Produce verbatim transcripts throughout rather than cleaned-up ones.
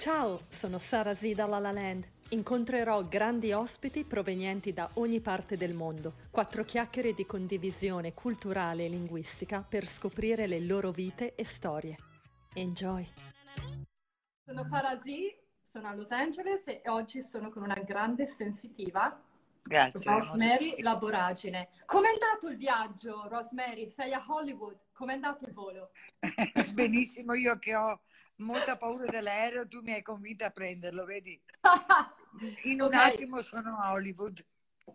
Ciao, sono Sara Z da La La Land. Incontrerò grandi ospiti provenienti da ogni parte del mondo. Quattro chiacchiere di condivisione culturale e linguistica per scoprire le loro vite e storie. Enjoy! Sono Sara Z, sono a Los Angeles e oggi sono con una grande sensitiva, Grazie, molto Rosemary Laboragine. Com'è andato il viaggio, Rosemary? Sei a Hollywood, com'è andato il volo? benissimo. Io che ho molta paura dell'aereo, tu mi hai convinta a prenderlo, vedi? In un Ok, attimo sono a Hollywood.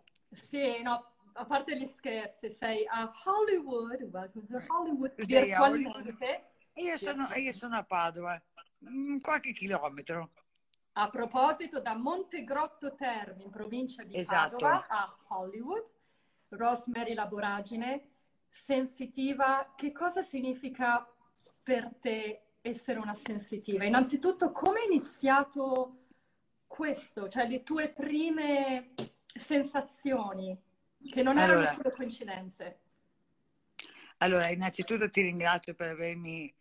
sì, no, a parte gli scherzi, sei a Hollywood, welcome to Hollywood, Tu sei a Hollywood virtualmente. e io sono, e io sono a Padova, mm, qualche chilometro. A proposito, da Montegrotto Terme, in provincia di Esatto. Padova, a Hollywood, Rosemary Laboragine, sensitiva, che cosa significa per te essere una sensitiva? Innanzitutto, come è iniziato questo? Cioè, le tue prime sensazioni, che non erano Allora, solo coincidenze. allora, innanzitutto ti ringrazio per avermi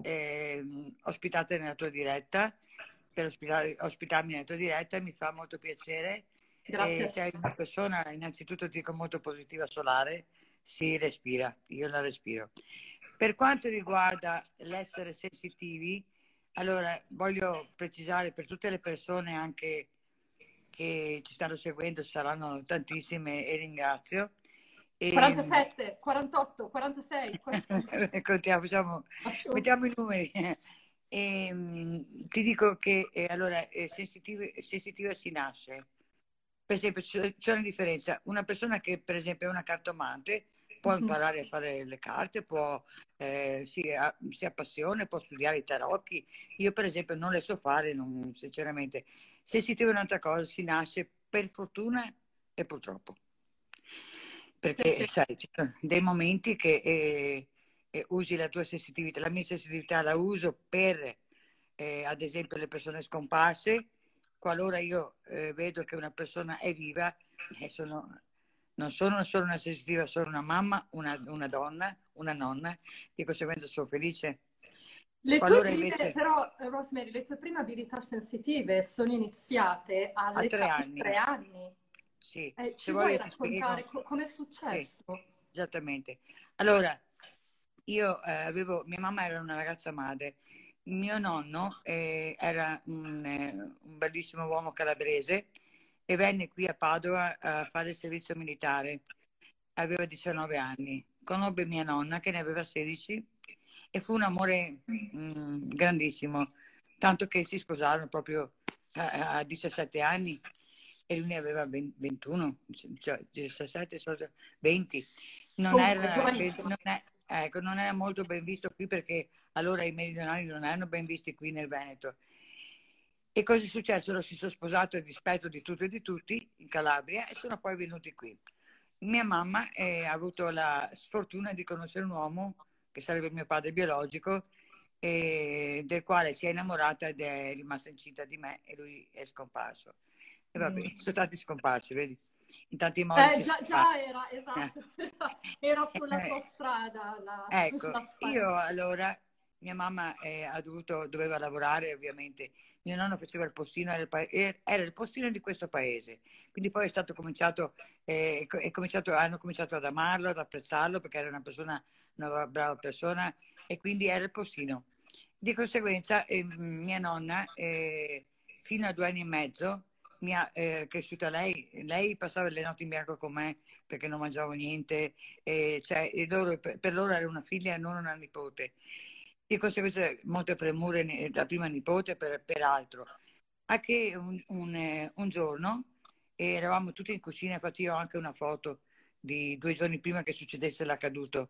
ehm, ospitata nella tua diretta, per ospitare- ospitarmi nella tua diretta, mi fa molto piacere. E Grazie. sei una persona, innanzitutto ti dico, molto positiva, solare, si respira, io la respiro. Per quanto riguarda l'essere sensitivi, allora voglio precisare per tutte le persone anche che ci stanno seguendo, saranno tantissime e ringrazio. E, quarantasette, quarantotto, quarantasei, quarantasette. contiamo, facciamo, Faccio- mettiamo i numeri. E, mh, ti dico che eh, allora, eh, sensitive- sensitiva si nasce. Per esempio, c'è c'è una differenza. Una persona che, per esempio, è una cartomante può Mhm. imparare a fare le carte, può, eh, si, ha- si appassiona, può studiare i tarocchi. Io, per esempio, non le so fare, non- sinceramente. Sensitiva è un'altra cosa, si nasce per fortuna e purtroppo. Sì, Perché, sì. sai, ci sono dei momenti che eh, eh, usi la tua sensitività. La mia sensitività la uso per, eh, ad esempio, le persone scomparse. Qualora io eh, vedo che una persona è viva, eh, sono, non sono solo una sensitiva, sono una mamma, una, una donna, una nonna, di conseguenza sono felice. Le tue Qualora prime, invece però, eh, Rosemary, le tue prime abilità sensitive sono iniziate a tre all'età di tre anni, anni. sì, Eh, se ci vuoi vuoi io ti raccontare spiego. co- com'è Sì, successo? esattamente. Allora, io eh, avevo, mia mamma era una ragazza madre, mio nonno eh, era un, eh, un bellissimo uomo calabrese e venne qui a Padova a fare il servizio militare. Aveva diciannove anni. Conobbe mia nonna che ne aveva sedici e fu un amore mm, grandissimo, tanto che si sposarono proprio a, a diciassette anni e lui ne aveva ben- ventuno, cioè diciassette, venti. Non Comunque, era, ben- giovanissimo. non è- ecco, non era molto ben visto qui perché allora i meridionali non erano ben visti qui nel Veneto. E cosa è successo? Loro si sono sposati a dispetto di tutto e di tutti in Calabria e sono poi venuti qui. Mia mamma eh, ha avuto la sfortuna di conoscere un uomo che sarebbe il mio padre biologico, eh, del quale si è innamorata ed è rimasta incinta di me e lui è scomparso. E vabbè, Mm. sono stati scomparsi, vedi? In tanti modi Eh, si già, scompare. già era, esatto, era sulla tua Eh, strada la, ecco, la io sparita. allora, mia mamma eh, ha dovuto, doveva lavorare ovviamente, mio nonno faceva il postino, era il, pa- era il postino di questo paese, quindi poi è stato cominciato, eh, è cominciato, hanno cominciato ad amarlo, ad apprezzarlo perché era una persona, una brava persona e quindi era il postino. Di conseguenza eh, mia nonna eh, fino a due anni e mezzo mi ha eh, cresciuta lei, lei passava le notti in bianco con me perché non mangiavo niente, e cioè, e loro, per, per loro era una figlia e non una nipote. Di conseguenza molte premure ne- la prima nipote per, peraltro. A che un, un, eh, un giorno eh, eravamo tutti in cucina, infatti io ho anche una foto di due giorni prima che succedesse l'accaduto.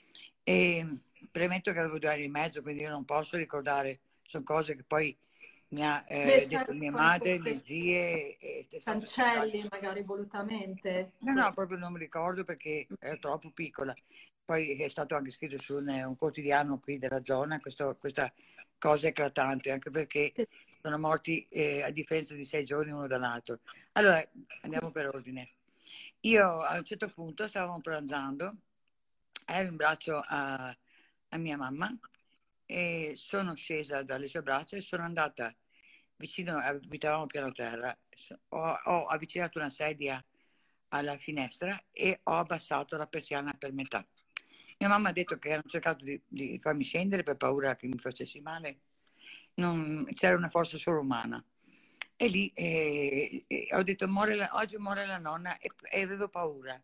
E premetto che avevo due anni e mezzo, quindi io non posso ricordare, sono cose che poi mi ha Beh, eh, detto mia certo, anche madre, mie se zie, e è stato cercato. cancelli magari volutamente. No, no, proprio non mi ricordo perché ero troppo piccola. Poi è stato anche scritto su un, un quotidiano qui della zona questo- questa cosa eclatante, anche perché Sì. sono morti eh, a differenza di sei giorni uno dall'altro. Allora, andiamo per ordine. Io a un certo punto stavamo pranzando, ero in braccio a, a mia mamma e sono scesa dalle sue braccia e sono andata vicino, abitavamo a piano terra, ho, ho avvicinato una sedia alla finestra e ho abbassato la persiana per metà. Mia mamma ha detto che hanno cercato di, di farmi scendere per paura che mi facessi male. Non, c'era una forza sovrumana. E lì eh, eh, ho detto muore la, oggi muore la nonna e, e avevo paura.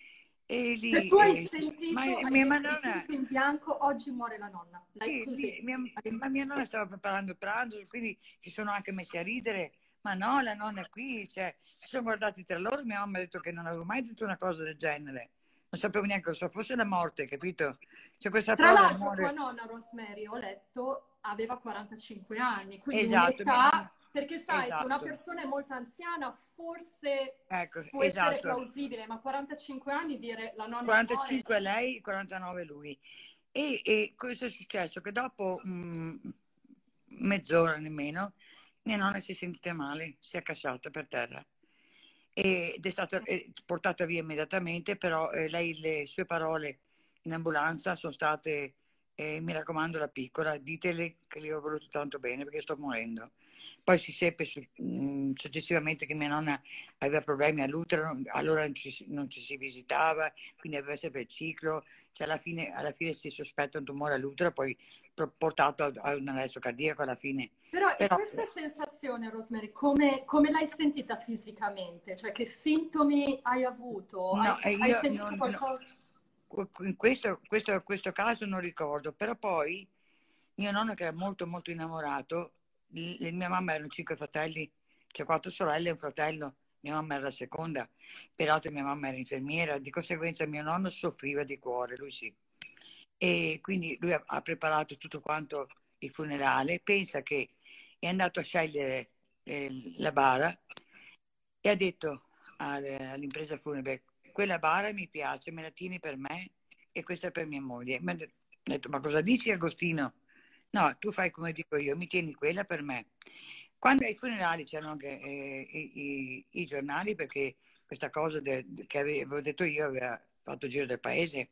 E Cioè, lì, tu hai eh, ma sentito, hai mia detto di nonna, punto in bianco, oggi muore la nonna. L'hai sì, così. lì, mia, Hai- ma mia nonna stava preparando il pranzo, quindi si sono anche messi a ridere. Ma no, la nonna è qui, cioè, si sono guardati tra loro. Mia mamma ha detto che non avevo mai detto una cosa del genere. Non sapevo neanche cosa fosse la morte, capito? C'è questa Tra parola l'altro, tua amore. nonna Rosemary, ho letto, aveva quarantacinque anni, quindi Esatto, mia un'età, nonna. perché sai, se una Esatto, persona è molto anziana, forse ecco, può essere esatto. plausibile, ma quarantacinque anni dire la nonna muore. quarantacinque lei, quarantanove lui. E, e cosa è successo? Che dopo mm, mezz'ora nemmeno, mia nonna si è sentita male, si è casciata per terra ed è stata eh, portata via immediatamente, però eh, lei, le sue parole in ambulanza sono state, eh, mi raccomando la piccola, ditele che le ho voluto tanto bene perché sto morendo. Poi si seppe su- mh, successivamente che mia nonna aveva problemi all'utero, allora non ci, non ci si visitava, quindi aveva sempre il ciclo, cioè alla fine, alla fine si sospetta un tumore all'utero, poi portato a, a un arresto cardiaco alla fine. Però, e Però, questa sensazione, Rosemary, come, come l'hai sentita fisicamente? Cioè, che sintomi hai avuto? Hai, no, eh, hai io sentito non, no, qualcosa? in questo, questo, questo caso non ricordo, però poi mio nonno che era molto molto innamorato, l- mia mamma erano cinque fratelli, c'è quattro sorelle e un fratello, mia mamma era la seconda, peraltro mia mamma era infermiera, di conseguenza mio nonno soffriva di cuore, lui sì. E quindi lui ha, ha preparato tutto quanto il funerale, pensa che è andato a scegliere eh, la bara e ha detto all'impresa funebre, quella bara mi piace, me la tieni per me e questa è per mia moglie. Mi ha detto, ma cosa dici Agostino? No, tu fai come dico io, mi tieni quella per me. Quando ai funerali c'erano anche eh, i, i- i giornali, perché questa cosa de- che avevo detto io aveva fatto giro del paese,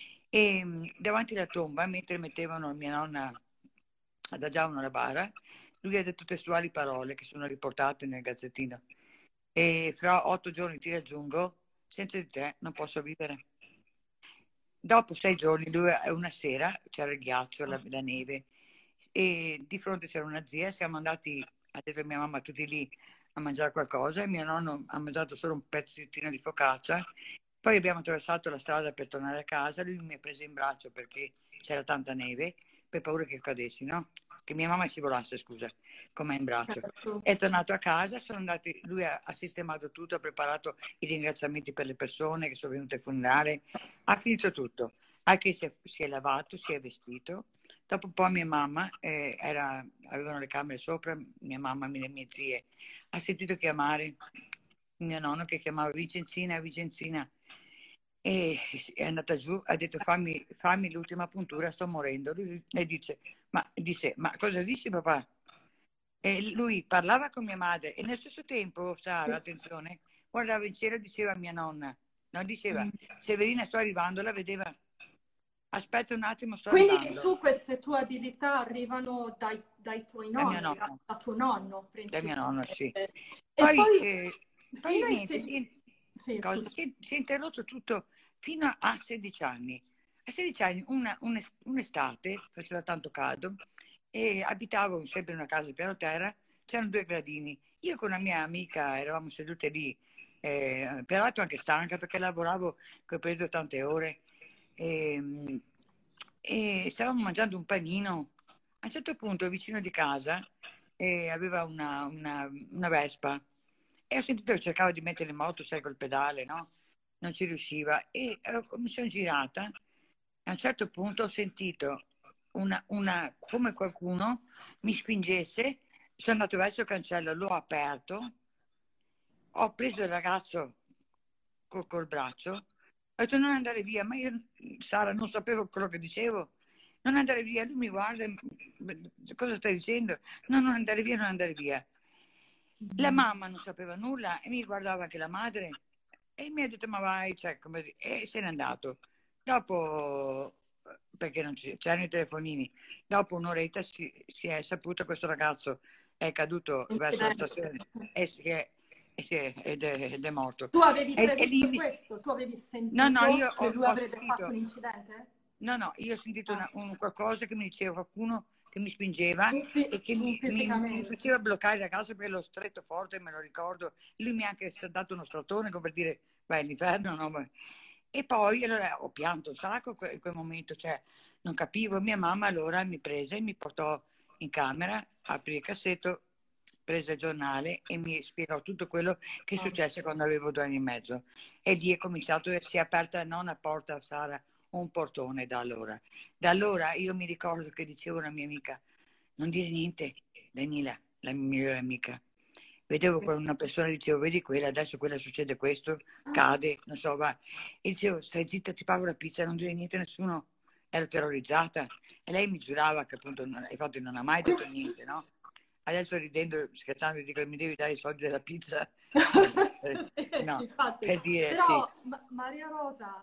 e mh, davanti alla tomba, mentre mettevano mia nonna, adagiavano la bara, lui ha detto testuali parole che sono riportate nel gazzettino. E fra otto giorni ti raggiungo, senza di te non posso vivere. Dopo sei giorni, lui, una sera, c'era il ghiaccio, la, la neve, e di fronte c'era una zia, siamo andati, ha detto mia mamma, tutti lì a mangiare qualcosa, e mio nonno ha mangiato solo un pezzettino di focaccia, poi abbiamo attraversato la strada per tornare a casa, lui mi ha preso in braccio perché c'era tanta neve, per paura che cadessi, no? Che mia mamma scivolasse, scusa, con me in braccio. Certo. È tornato a casa, sono andati, lui ha, ha sistemato tutto, ha preparato i ringraziamenti per le persone che sono venute al funerale, ha finito tutto, anche se si è lavato, si è vestito. Dopo un po' mia mamma, eh, era, avevano le camere sopra, mia mamma e le mie zie, ha sentito chiamare mio nonno che chiamava Vicenzina, Vicenzina, e è andata giù, ha detto fammi, fammi l'ultima puntura, sto morendo. Lui le dice, ma, disse, ma cosa dici papà? E lui parlava con mia madre e nel stesso tempo, Sara, attenzione, guardava in cielo e diceva a mia nonna, no, diceva, Mm. Severina sto arrivando, la vedeva, aspetta un attimo, sto Quindi arrivando, tu queste tue abilità arrivano dai, dai tuoi da mio nonni, da, nonno, da tuo nonno da mio nonno, sì. principalmente. E Poi, poi eh, fino poi ai niente, sedici... si, Sì, cosa, scusa. si, è, si è interrotto tutto fino a sedici anni. A sedici anni, una, un'es- un'estate, faceva tanto caldo, e abitavo sempre in una casa piano terra, c'erano due gradini. Io con una mia amica eravamo sedute lì, eh, peraltro anche stanca perché lavoravo, che ho preso tante ore, e, e stavamo mangiando un panino. A un certo punto, vicino di casa, eh, aveva una, una, una Vespa e ho sentito che cercava di mettere in moto, sai, col pedale, no? Non ci riusciva e eh, mi sono girata. A un certo punto ho sentito una, una, come qualcuno mi spingesse, sono andato verso il cancello, l'ho aperto, ho preso il ragazzo col, col braccio, ho detto non andare via, ma io, Sara, non sapevo quello che dicevo, non andare via, lui mi guarda, cosa stai dicendo? No, non andare via, non andare via. La mamma non sapeva nulla e mi guardava anche la madre e mi ha detto ma vai, cioè, come... e se n'è andato. Dopo, perché non ci- c'erano i telefonini, dopo un'oretta si, si è saputo che questo ragazzo è caduto verso la Incidente. stazione e si è, e si è- ed, è, ed è morto. Tu avevi E, e lì previsto mi... questo? Tu avevi No, no, io sentito che ho, lui ho avrebbe fatto sentito, un incidente? no, no, io ho sentito Ah, una- un qualcosa che mi diceva qualcuno che mi spingeva in fi- e che in mi, mi- mi fisicamente. faceva bloccare la casa perché l'ho stretto forte, me lo ricordo. Lui mi ha anche dato uno stratone come per dire vai all'inferno, no? Ma- E poi allora, ho pianto un sacco in que- in quel momento, cioè non capivo. Mia mamma allora mi prese e mi portò in camera, aprì il cassetto, prese il giornale e mi spiegò tutto quello che Ah. successe quando avevo due anni e mezzo. E lì è cominciato, si è aperta non una porta a Sara, un portone da allora. Da allora io mi ricordo che dicevo alla mia amica, non dire niente, Daniela, la mia migliore amica. Vedevo una persona e dicevo, vedi quella, adesso quella succede questo, cade, non so, va. E dicevo, stai zitta, ti pago la pizza, non dire niente a nessuno. Ero terrorizzata. E lei mi giurava che appunto, non, infatti non ha mai detto niente, no? Adesso ridendo, scherzando, dico, mi devi dare i soldi della pizza. No, Infatti, per dire sì. però Ma- Maria Rosa,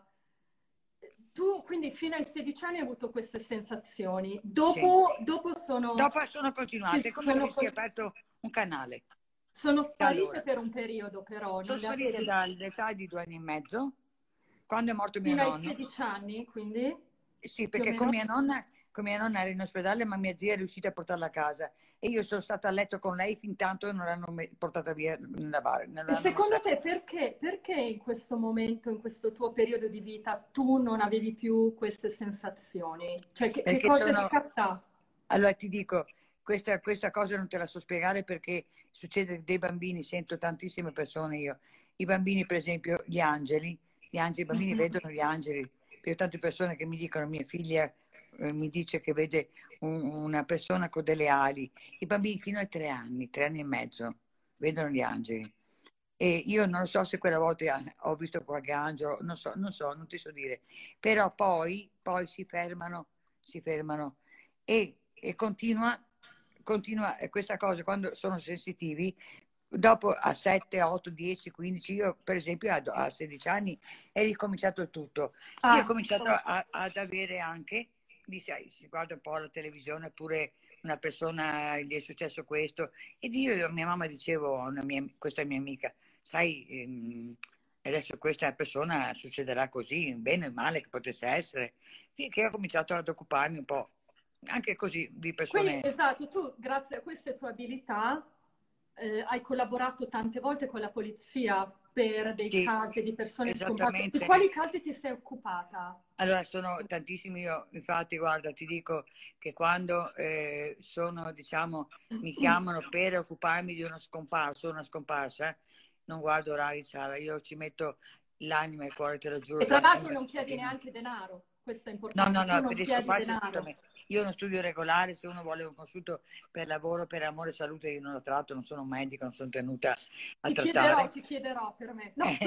tu quindi fino ai sedici anni hai avuto queste sensazioni, Sì. dopo, dopo sono, Dopo sono si continuate, è come sono, se si è aperto un canale. sono Da sparite allora, per un periodo però, sono non le sparite avevi dall'età di due anni e mezzo, quando è morto mio fino ai nonno. sedici anni, quindi Sì, più o perché con meno? mia nonna, con mia nonna era in ospedale, ma mia zia è riuscita a portarla a casa. E io sono stata a letto con lei fin tanto che non l'hanno me- portata via nella bar, non E l'hanno messa. secondo te perché, perché in questo momento, in questo tuo periodo di vita, tu non avevi più queste sensazioni? Cioè, che, che Perché cosa è sono, scattato? allora ti dico, questa, questa cosa non te la so spiegare perché succede dei bambini, sento tantissime persone io. I bambini, per esempio, gli angeli, gli angeli, i bambini vedono gli angeli. Io ho tante persone che mi dicono, mia figlia eh, mi dice che vede un- una persona con delle ali. I bambini fino ai tre anni, tre anni e mezzo, vedono gli angeli. E io non so se quella volta ho visto qualche angelo, non so, non so, non ti so dire. Però poi, poi si fermano, si fermano e, e continua, continua questa cosa quando sono sensitivi. Dopo a sette, otto, dieci, quindici, io per esempio a, a sedici anni è ricominciato il tutto. Io ho Ah, cominciato a- ad avere anche, di, sai, si guarda un po' la televisione, oppure una persona gli è successo questo, ed io a mia mamma dicevo, a una mia, questa mia amica, sai, ehm, adesso questa persona succederà così, bene o male che potesse essere, finché ho cominciato ad occuparmi un po', anche così, di quindi persone. esatto, tu grazie a queste tue abilità eh, hai collaborato tante volte con la polizia per dei Sì, casi di persone scomparse. Di esattamente. quali casi ti sei occupata? Allora, sono tantissimi, io infatti, guarda, ti dico che quando eh, sono, diciamo, mi chiamano per occuparmi di uno scomparso, una scomparsa, non guardo orari, Sara, io ci metto l'anima e il cuore, te lo giuro, E tra l'altro l'anima. non chiedi neanche denaro, questo è No, no, importante, tu no, per non gli chiedi scomparsi denaro. assolutamente. Io ho uno studio regolare, se uno vuole un consulto per lavoro, per amore e salute, io non lo tratto, non sono un medico, non sono tenuta a Ti chiederò, trattare. ti chiederò per me. No,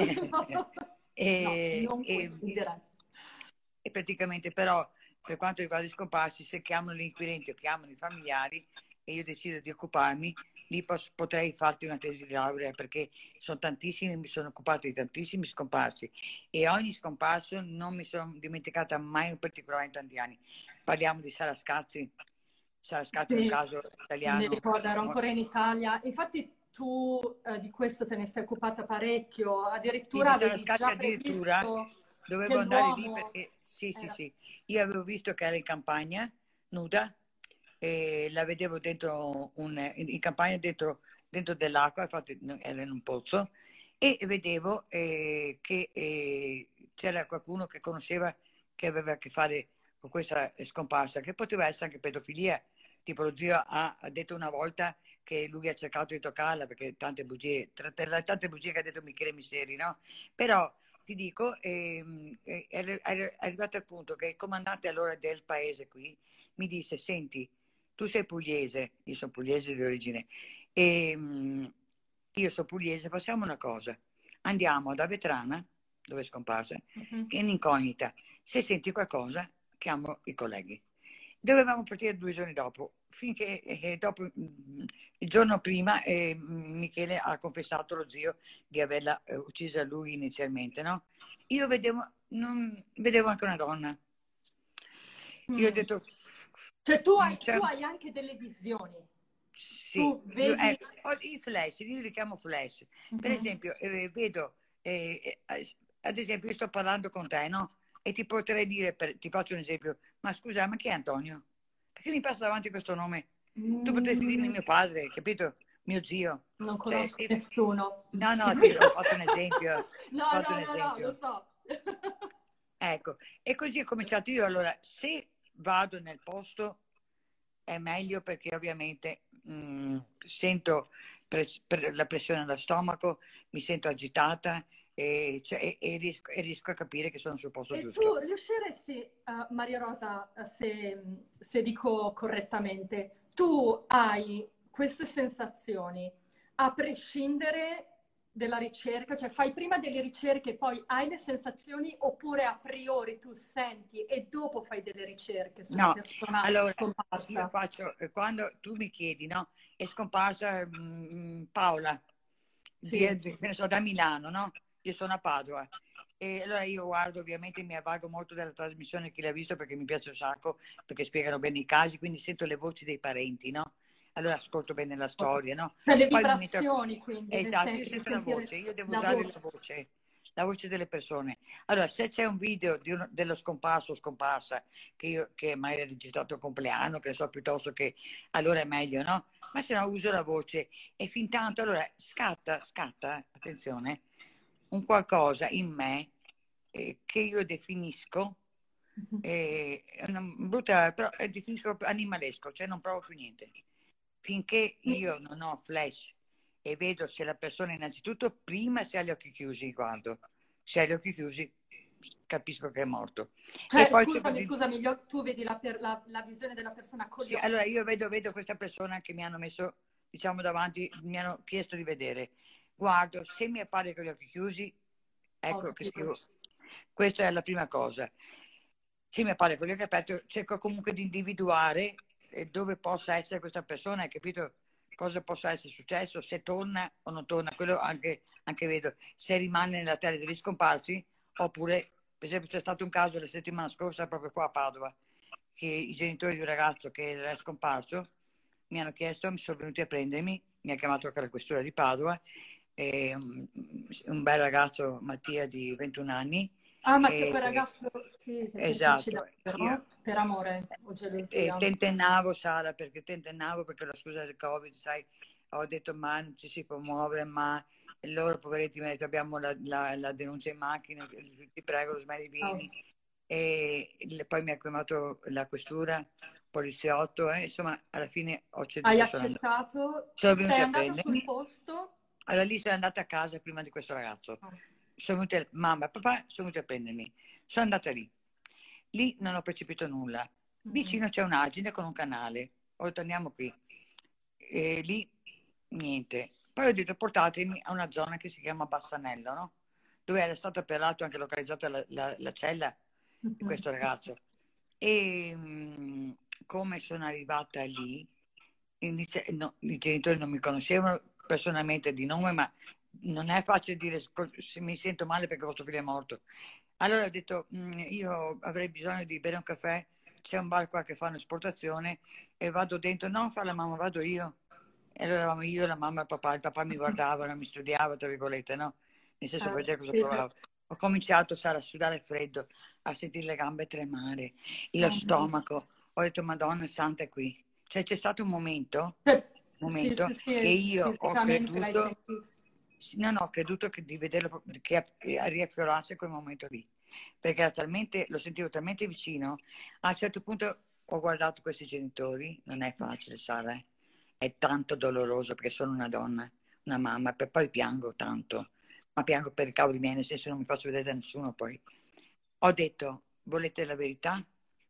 no, e, non e, chiederei. e praticamente però per quanto riguarda gli scomparsi, se chiamano l'inquirente o chiamano i familiari e io decido di occuparmi, lì pos- potrei farti una tesi di laurea perché sono tantissimi, mi sono occupata di tantissimi scomparsi e ogni scomparso non mi sono dimenticata mai un particolare in tanti anni. Parliamo di Sara Scazzi, Sara Scazzi è un Sì, caso mi italiano. ricordo, ero ancora in Italia. Infatti tu eh, di questo te ne sei occupata parecchio, Sì, addirittura di Sara avevi Scazzi già addirittura previsto che dovevo andare lì l'uomo perché sì, sì, era... sì, io avevo visto che era in campagna, nuda, e la vedevo dentro un, in campagna dentro, dentro dell'acqua, infatti era in un pozzo, e vedevo eh, che eh, c'era qualcuno che conosceva che aveva a che fare con questa scomparsa, che poteva essere anche pedofilia, tipo lo zio ha, ha detto una volta che lui ha cercato di toccarla perché tante bugie, tra, tra le tante bugie che ha detto Michele Miseri, no? Però ti dico, ehm, è, è, è arrivato al punto che il comandante allora del paese qui mi disse, senti, tu sei pugliese, io sono pugliese di origine, e um, io sono pugliese, facciamo una cosa, andiamo da Vetrana, dove è scomparsa, Mhm. in incognita, se senti qualcosa, chiamo i colleghi. Dovevamo partire due giorni dopo, finché eh, dopo, mh, il giorno prima eh, Michele ha confessato lo zio di averla eh, uccisa lui inizialmente, no? Io vedevo, non, vedevo anche una donna. Io ho Mm. detto, Cioè tu "Mm, hai, c'è tu hai anche delle visioni. Sì, Tu io, vedi... eh, ho i flash, io li chiamo flash. Per Mhm. esempio, eh, vedo, eh, eh, ad esempio, io sto parlando con te, no? E ti potrei dire, per- ti faccio un esempio, ma scusa, ma chi è Antonio? Perché mi passa davanti questo nome? Tu potresti dirmi Mm, mio padre, capito? Mio zio. non Cioè, conosco ti- nessuno. no, no, ti ho fatto un esempio, ho No, fatto no, un no, no, lo esempio. so. Ecco, e così ho cominciato io. Allora, se vado nel posto è meglio perché ovviamente mh, sento pres- per la pressione allo stomaco, mi sento agitata e, cioè, e- e riesco, e riesco a capire che sono sul posto E tu giusto. riusciresti, eh, Maria Rosa, eh, se, se dico correttamente, tu hai queste sensazioni a prescindere dalla ricerca, cioè fai prima delle ricerche, poi hai le sensazioni, oppure a priori tu senti e dopo fai delle ricerche su una No, persona allora io scomparsa? faccio, eh, quando tu mi chiedi, no, è scomparsa mh, Paola, di, Sì. di- che ne so, da Milano, no? Io sono a Padova. E allora io guardo, ovviamente mi avvalgo molto della trasmissione Chi l'ha visto perché mi piace un sacco, perché spiegano bene i casi, quindi sento le voci dei parenti, no? Allora ascolto bene la storia, no? Per le Poi mi metto a... vibrazioni, quindi, nel Esatto, io senso di sento la sentire voce, io devo la usare la voce. voce, la voce delle persone. Allora, se c'è un video di uno- dello scomparso o scomparsa che, io, che magari è registrato il compleanno, che so, piuttosto che... allora è meglio, no? Ma se no uso la voce e fin tanto, allora scatta, scatta, attenzione, un qualcosa in me eh, che io definisco, eh, è una brutta, però eh, definisco proprio animalesco, cioè non provo più niente. Finché io non ho flash e vedo se la persona innanzitutto, prima se ha gli occhi chiusi, guardo, se ha gli occhi chiusi capisco che è morto. E Cioè, poi scusami, cerco scusami, gli oc- tu vedi la, per- la- la visione della persona con gli sì, occhi. allora io vedo, vedo questa persona che mi hanno messo, diciamo, davanti, mi hanno chiesto di vedere. Guardo, se mi appare con gli occhi chiusi, Ho ecco che capito. scrivo. Questa è la prima cosa. Se mi appare con gli occhi aperti, cerco comunque di individuare eh, dove possa essere questa persona, hai capito cosa possa essere successo, se torna o non torna, quello anche, anche vedo, se rimane nella terra degli scomparsi, oppure, per esempio, c'è stato un caso la settimana scorsa proprio qua a Padova, che i genitori di un ragazzo che era scomparso mi hanno chiesto, mi sono venuti a prendermi, mi ha chiamato anche la questura di Padova, e, um, un bel ragazzo, Mattia, di ventuno anni. Ah, ma c'è E, quel ragazzo, sì, che si è esatto, suicidato, io no? Per amore o e gelosia. tentennavo, Sara, perché tentennavo perché la scusa del Covid, sai, ho detto ma non ci si può muovere, ma loro poveretti mi hanno detto abbiamo la, la- la denuncia in macchina, ti prego, Rosemary, Oh. vieni. E il- poi mi ha chiamato la questura, poliziotto, e insomma alla fine ho Hai ceduto, sono andata. accettato? Sono Sei venuti a andata sul prendermi. posto? Allora lì sono andata a casa prima di questo ragazzo. Oh. Sono venuti, mamma e papà sono venuti a prendermi. Sono andata lì. Lì non ho percepito nulla. Mhm. Vicino c'è un'agine con un canale. Ho detto andiamo qui. E lì niente. Poi ho detto portatemi a una zona che si chiama Bassanello, no? Dove era stata peraltro anche localizzata la, la- la cella di Mhm. questo ragazzo. E mh, come sono arrivata lì, inizia- no, i genitori non mi conoscevano personalmente di nome, ma non è facile dire sco- se mi sento male perché vostro figlio è morto. Allora ho detto, "Mm, io avrei bisogno di bere un caffè, c'è un bar qua che fa un'esportazione e vado dentro, non fa la mamma, vado io. E allora eravamo io, la mamma e il papà, il papà mi guardava, non mi studiava, tra virgolette, no? Nel senso per Eh, vedere cosa sì. provavo. Ho cominciato, Sara, a sudare freddo, a sentire le gambe tremare, lo Oh, no. stomaco. Ho detto, Madonna Santa è qui. Cioè c'è stato un momento, Cioè, un sì, momento sì, che sì, io ho fisicamente l'hai creduto, sentito. sì, no, no, ho creduto che, di vederlo, che riaffiorasse quel momento lì, perché era talmente, lo sentivo talmente vicino. A un certo punto ho guardato questi genitori, non è facile, Sara, eh. È tanto doloroso perché sono una donna, una mamma, per poi piango tanto, ma piango per i cavoli miei, nel senso non mi faccio vedere da nessuno poi. Ho detto, volete la verità?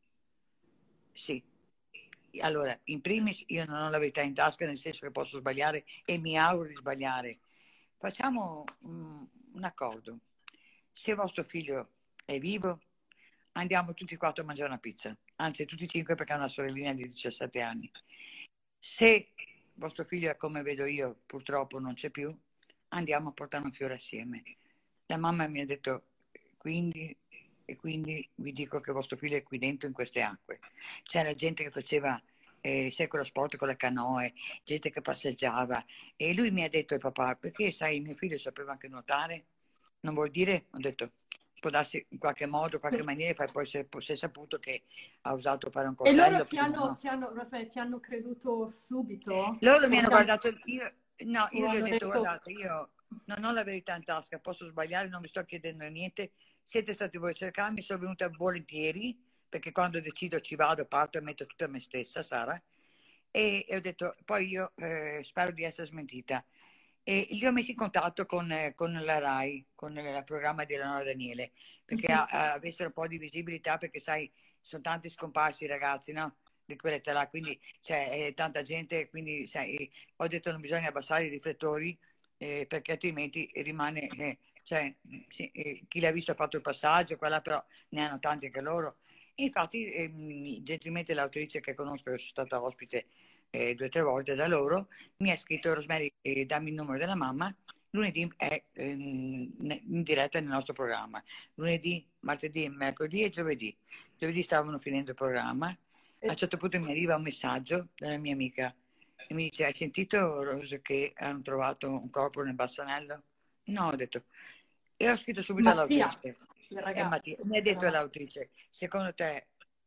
Sì. Allora, in primis io non ho la verità in tasca, nel senso che posso sbagliare e mi auguro di sbagliare. Facciamo mm, un accordo. Se vostro figlio è vivo, andiamo tutti e quattro a mangiare una pizza, anzi tutti e cinque perché ha una sorellina di diciassette anni. Se vostro figlio è come vedo io, purtroppo non c'è più, andiamo a portare un fiore assieme. La mamma mi ha detto, quindi, e quindi vi dico che vostro figlio è qui dentro in queste acque. C'era gente che faceva eh, sai, quello sport con le canoe, gente che passeggiava. E lui mi ha detto, il papà, perché sai, mio figlio sapeva anche nuotare? Non vuol dire, ho detto, può darsi in qualche modo, in qualche maniera, fai- poi si è, si è saputo che ha usato fare un E loro coltello ti prima, hanno, no? ti hanno, Rosemary, ti hanno creduto subito? Loro mi O hanno ti hanno, guardato, io, no, o io gli ho hanno detto, detto, guardate, io non ho la verità in tasca, posso sbagliare, non vi sto chiedendo niente, siete stati voi a cercarmi, sono venuta volentieri, perché quando decido ci vado, parto e metto tutta me stessa, Sara, e, e ho detto, poi io eh, spero di essere smentita. E li ho messi in contatto con, eh, con la RAI, con il programma di Eleonora Daniele, perché Mhm. a- a- avessero un po' di visibilità, perché sai, sono tanti scomparsi i ragazzi, no? Di quell'età là, quindi c'è eh, tanta gente, quindi sai, ho detto non bisogna abbassare i riflettori, eh, perché altrimenti rimane, eh, cioè, sì, eh, chi l'ha visto ha fatto il passaggio, quella però ne hanno tanti anche loro. E infatti, ehm, gentilmente l'autrice che conosco, sono stata ospite eh, due o tre volte da loro, mi ha scritto: Rosemary, eh, dammi il numero della mamma, lunedì è ehm, in diretta nel nostro programma, lunedì, martedì, mercoledì e giovedì. Giovedì stavano finendo il programma, a un certo punto mi arriva un messaggio dalla mia amica e mi dice: hai sentito, Rose, che hanno trovato un corpo nel Bassanello? No, ho detto. E ho scritto subito Mattia, all'autrice, il e Mattia, ragazzo, mi ha detto eravamo. all'autrice, secondo te,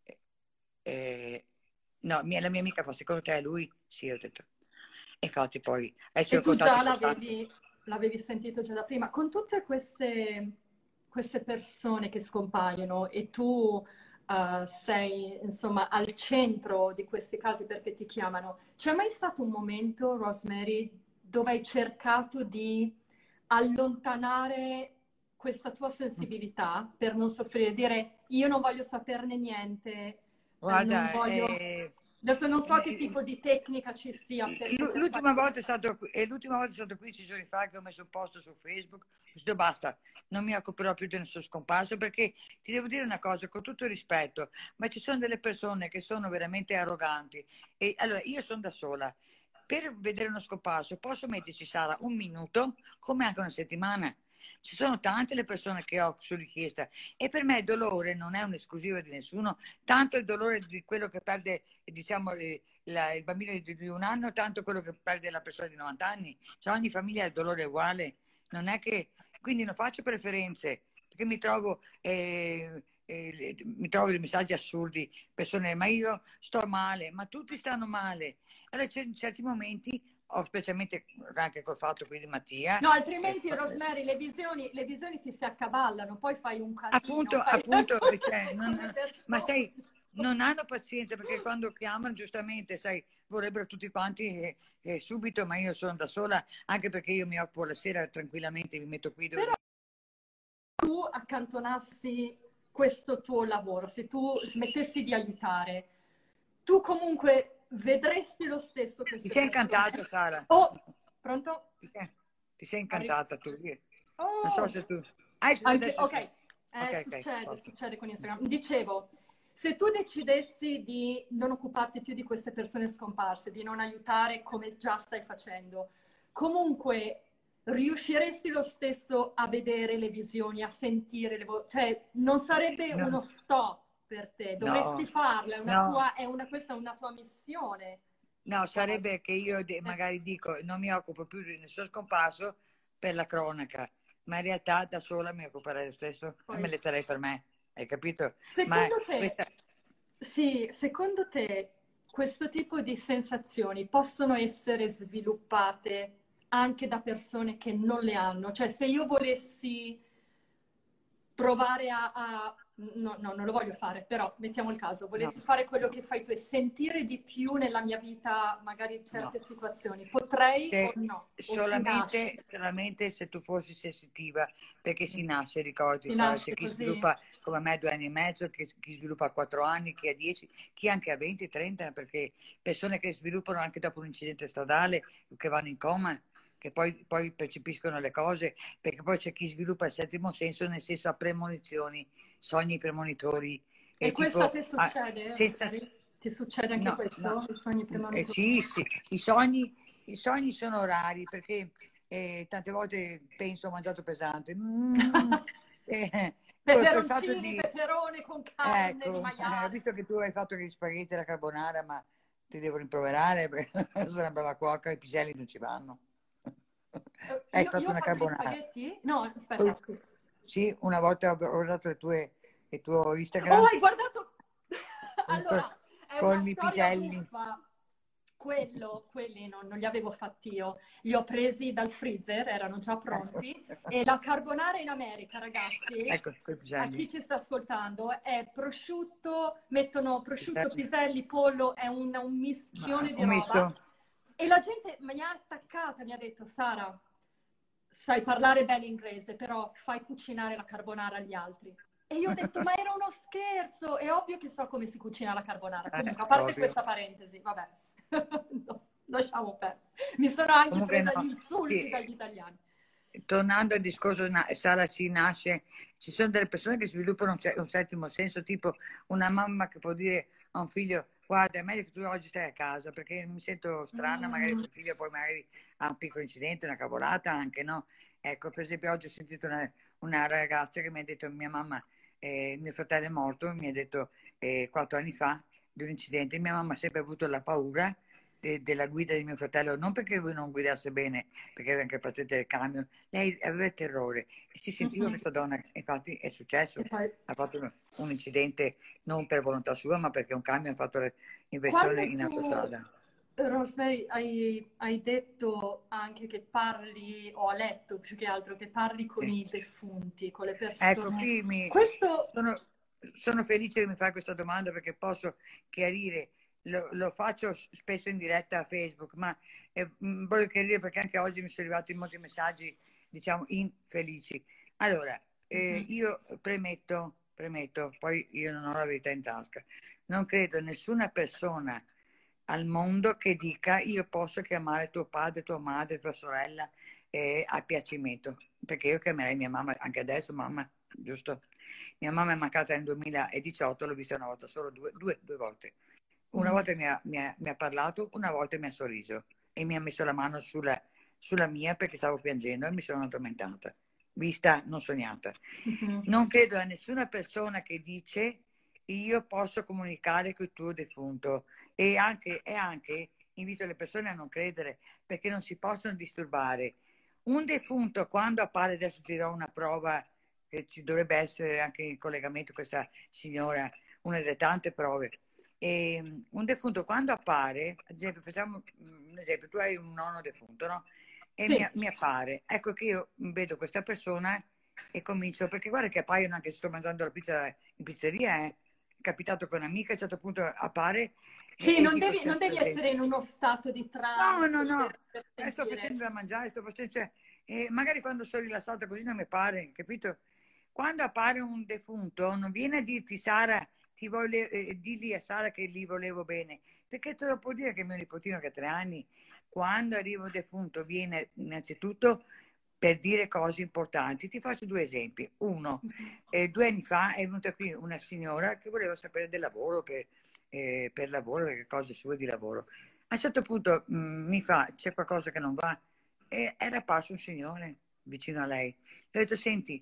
eh, no, mia- la mia amica fa, secondo te è lui? Sì, ho detto. E infatti poi, adesso E ho tu contatti già importanti. l'avevi, l'avevi sentito già da prima. Con tutte queste, queste persone che scompaiono e tu eh, sei insomma al centro di questi casi perché ti chiamano, c'è mai stato un momento, Rosemary, dove hai cercato di allontanare questa tua sensibilità per non soffrire, dire io non voglio saperne niente, eh, non Guarda, voglio... eh, Adesso non so che eh, tipo di tecnica ci sia per L'u- poter fare L'ultima volta è questo. stato, qui- e l'ultima volta è stato quindici giorni fa che ho messo un post su Facebook, ho detto basta, non mi occuperò più del suo scomparso, perché ti devo dire una cosa, con tutto il rispetto, ma ci sono delle persone che sono veramente arroganti. E allora io sono da sola, per vedere uno scomparso posso metterci, Sara, un minuto, come anche una settimana. Ci sono tante le persone che ho su richiesta, e per me il dolore non è un'esclusiva di nessuno, tanto il dolore di quello che perde, diciamo, eh, la- il bambino di, di un anno, tanto quello che perde la persona di novanta anni. Cioè, ogni famiglia ha il dolore uguale, non è che... Quindi non faccio preferenze, perché mi trovo, eh, eh, mi trovo dei messaggi assurdi, persone, ma io sto male, ma tutti stanno male. Allora, c'è- in certi momenti, ho, specialmente anche col fatto qui di Mattia, No, eh, altrimenti, Rosemary, le visioni, le visioni ti si accavallano, poi fai un casino, appunto, fai appunto, cioè, come, come non, ma persona. sai, non hanno pazienza, perché quando chiamano, giustamente, sai, vorrebbero tutti quanti eh, eh, subito, ma io sono da sola, anche perché io mi occupo la sera tranquillamente, mi metto qui dove Però mi... tu accantonassi questo tuo lavoro, se tu smettessi di aiutare, tu comunque vedresti lo stesso Ti queste sei persone. incantato, Sara? Oh, pronto? Ti sei, ti sei Arri- incantata tu? Io non so Oh, se tu... Ah, anche, adesso ok, sì. Ok, eh, ok, succede, posto. succede con Instagram. Dicevo, se tu decidessi di non occuparti più di queste persone scomparse, di non aiutare come già stai facendo, comunque riusciresti lo stesso a vedere le visioni, a sentire le voci, cioè non sarebbe No, uno stop per te, dovresti no, farlo, è una no. tua, è una, questa è una tua missione. No, quasi. sarebbe che io de- Eh, magari dico non mi occupo più di nessun scomparso per la cronaca, ma in realtà da sola mi occuperei lo stesso e me poi, le terrei per me, hai capito? Ma secondo te, questa... sì, secondo te questo tipo di sensazioni possono essere sviluppate anche da persone che non le hanno? Cioè, se io volessi provare a, a- no, no, non lo voglio fare, però mettiamo il caso, No, volessi fare quello no, che fai tu e sentire di più nella mia vita, magari in no. certe situazioni, potrei o Se no? O si nasce? solamente, solamente se tu fossi sensitiva, perché si nasce, ricordi, Si Sara, c'è nasce chi così? sviluppa come me due anni e mezzo, chi, chi sviluppa a quattro anni, chi ha dieci, chi anche a venti, trenta, perché persone che sviluppano anche dopo un incidente stradale, che vanno in coma, che poi, poi percepiscono le cose, perché poi c'è chi sviluppa il settimo senso, nel senso ha premonizioni, sogni premonitori, E e questo a tipo te ah, succede, senza... Rosemary? Ti succede anche No, no, questo? I sogni eh, premonitori? sì, sì, i sogni, i sogni sono rari, perché eh, tante volte penso ho mangiato pesante. Mm, eh, col, col fatto Peperoncini, di... peperone con carne di Ecco, eh, maiale. visto che tu hai fatto gli spaghetti alla carbonara, ma ti devo rimproverare perché sono una brava cuoca, i piselli non ci vanno. Eh, Hai Io, fatto io ho una fatto gli carbonara? spaghetti? No, aspetta. Sì, una volta ho guardato le tue, il tuo Oh, Instagram hai guardato? con, Allora, è con una i storia piselli. buffa. Quello, quelli non, non li avevo fatti io. Li ho presi dal freezer, erano già Ecco, pronti. E la carbonara in America, ragazzi, ecco, con i a piselli. chi ci sta ascoltando, è prosciutto, mettono prosciutto, Piselli. piselli, pollo, è un, un Ma, mischione di un misto. roba. E la gente mi ha attaccata, mi ha detto, Sara, sai parlare bene inglese, però fai cucinare la carbonara agli altri. E io ho detto, ma era uno scherzo! È ovvio che so come si cucina la carbonara. Eh, Comunque, a parte ovvio. questa parentesi, vabbè, no, lasciamo perdere. Mi sono anche Comunque presa gli no, insulti sì. dagli italiani. Tornando al discorso, na- Sara ci nasce, ci sono delle persone che sviluppano un, ce- un settimo senso, tipo una mamma che può dire a un figlio: guarda, è meglio che tu oggi stai a casa perché mi sento strana, magari Mm. tuo figlio poi magari ha un piccolo incidente, una cavolata anche, no? Ecco, per esempio oggi ho sentito una, una ragazza che mi ha detto: mia mamma, eh, mio fratello è morto, mi ha detto eh, quattro anni fa di un incidente, mia mamma ha sempre avuto la paura de- della guida di mio fratello, non perché lui non guidasse bene, perché era anche patente del camion, lei aveva il terrore e si sentiva Mhm. questa donna, infatti è E successo, poi, ha fatto un, un incidente non per volontà sua, ma perché un camion ha fatto l'inversione quando in tu, autostrada. Rosemary, hai, hai detto anche che parli, o hai letto più che altro, che parli con Sì. i defunti, con le Ecco, persone. qui mi, Questo, sono, sono felice che mi fai questa domanda perché posso chiarire, lo, lo faccio spesso in diretta a Facebook, ma eh, mh, voglio chiarire perché anche oggi mi sono arrivati molti messaggi, diciamo, infelici. Allora, eh, Mhm. io premetto, premetto, poi io non ho la verità in tasca, non credo nessuna persona al mondo che dica io posso chiamare tuo padre, tua madre, tua sorella eh, a piacimento, perché io chiamerei mia mamma anche adesso, mamma, giusto? Mia mamma è mancata nel duemiladiciotto, l'ho vista una volta solo, due, due, due volte. Una Mm. volta mi ha, mi ha- mi ha parlato, una volta mi ha sorriso e mi ha messo la mano sulla, sulla mia perché stavo piangendo e mi sono addormentata, vista non sognata. Mhm. Non credo a nessuna persona che dice io posso comunicare con il tuo defunto e anche, e anche invito le persone a non credere perché non si possono disturbare. Un defunto quando appare, adesso ti do una prova che ci dovrebbe essere anche in collegamento con questa signora, una delle tante prove. E, um, un defunto quando appare, ad esempio, facciamo um, un esempio, tu hai un nonno defunto, no? E mi, Sì, mi appare, ecco che io vedo questa persona e comincio, perché guarda che appaiono anche se sto mangiando la pizza in pizzeria, eh. È capitato con un'amica, a un certo punto appare e, sì, e non dico devi, c'è non una devi essere presenza. in uno stato di No, no, trance per, no, per eh, sto sentire. facendo da mangiare, sto facendo, cioè, eh, magari quando sono rilassata così non mi pare, capito? Quando appare un defunto non viene a dirti Sara, ti vole, eh, digli a Sara che gli volevo bene, perché te lo può dire che mio nipotino che ha tre anni, quando arriva un defunto viene innanzitutto per dire cose importanti. Ti faccio due esempi. Uno, eh, due anni fa è venuta qui una signora che voleva sapere del lavoro, per, eh, per lavoro, che cose sue di lavoro. A un certo punto mh, mi fa, c'è qualcosa che non va? E era apparso un signore vicino a lei. Le ho detto, senti,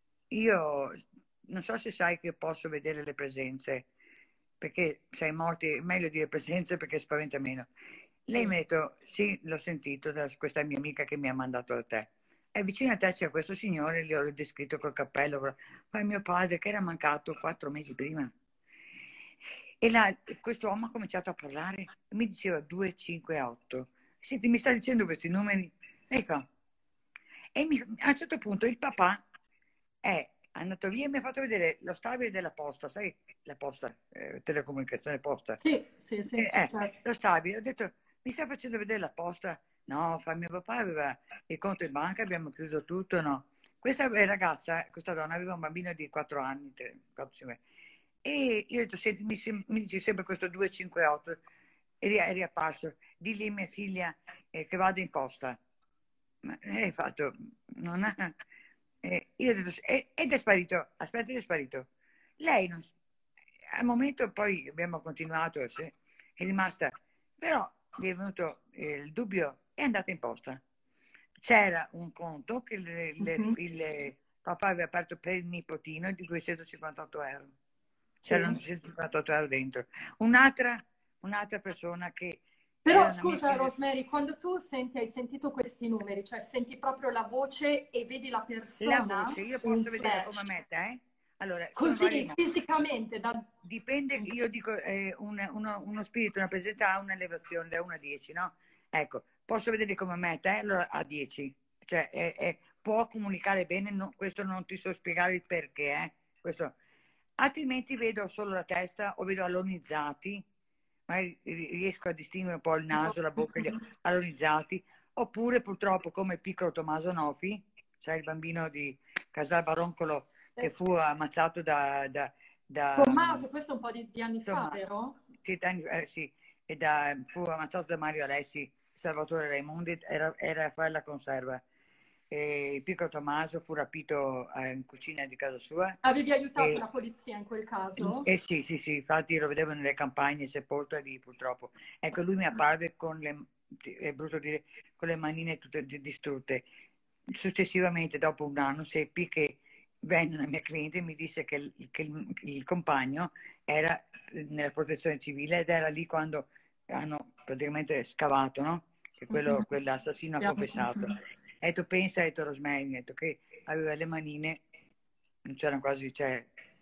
io non so se sai che posso vedere le presenze, perché sei morti, è meglio dire presenze perché spaventa meno. Lei Sì. mi ha detto, sì, l'ho sentito da questa mia amica che mi ha mandato da te. E vicino a te c'è questo signore, gli ho descritto col cappello, poi mio padre che era mancato quattro mesi prima. E là questo uomo ha cominciato a parlare e mi diceva due, cinque, otto. Senti, mi sta dicendo questi numeri? Lei fa. E mi- a un certo punto il papà è andato via e mi ha fatto vedere lo stabile della posta, sai, la posta, eh, telecomunicazione posta. Sì, sì, sì, Eh, eh, certo. lo stabile, ho detto, mi sta facendo vedere la posta? No, fa mio papà aveva il conto in banca, abbiamo chiuso tutto, no. Questa ragazza, questa donna aveva un bambino di quattro anni, tre, quattro, cinque. E io ho detto, senti, mi, sem- mi dici sempre questo due cinque otto, e ri- è riapparso, digli a mia figlia eh, che vada in posta. Ma lei ha fatto, non ha... eh, io ho detto, "Eh, ed è sparito, aspetta, ed è sparito. Lei non... s- Al momento poi abbiamo continuato, sì, è rimasta, però mi è venuto eh, il dubbio, è andata in posta. C'era un conto che le- le- Mhm. il papà aveva aperto per il nipotino di duecentocinquantotto euro. C'erano Sì. duecentocinquantotto euro dentro. Un'altra un'altra persona che Però era una mia scusa figlia. Rosemary, quando tu senti, hai sentito questi numeri, cioè senti proprio la voce e vedi la La persona voce, io in posso vedere come flash, me, te? Allora, sono vari così modi. fisicamente, da... Dipende, io dico eh, un- uno, uno spirito, una presenza ha un'elevazione da uno a dieci, no? Ecco, posso vedere come me, te? Allora a dieci. Cioè, è- è- può comunicare bene, no- questo non ti so spiegare il perché, eh? Questo. Altrimenti vedo solo la testa o vedo alonizzati, magari riesco a distinguere un po' il naso, la bocca, gli alonizzati, oppure purtroppo come il piccolo Tommaso Nofi, sai il bambino di Casal Baroncolo che fu ammazzato da, da, da Tommaso, questo è un po' di, di anni fa, insomma, vero? sì, tanti- eh, sì, e da, fu ammazzato da Mario Alessi, Salvatore Raimondi, era, era a fare la conserva. E il piccolo Tommaso fu rapito eh, in cucina di casa sua. Avevi aiutato E, la polizia in quel caso? eh sì, sì, sì, infatti lo vedevo nelle campagne sepolto lì purtroppo. Ecco, lui mi apparve con le, è brutto dire, con le manine tutte di- distrutte. Successivamente, dopo un anno, seppi che venne una mia cliente e mi disse che il, che il- il compagno era nella protezione civile ed era lì quando hanno praticamente scavato, no? Che quello, quell'assassino ha confessato. E tu pensa, hai detto Rosemary, ha detto che aveva le manine, non c'erano quasi, cioè,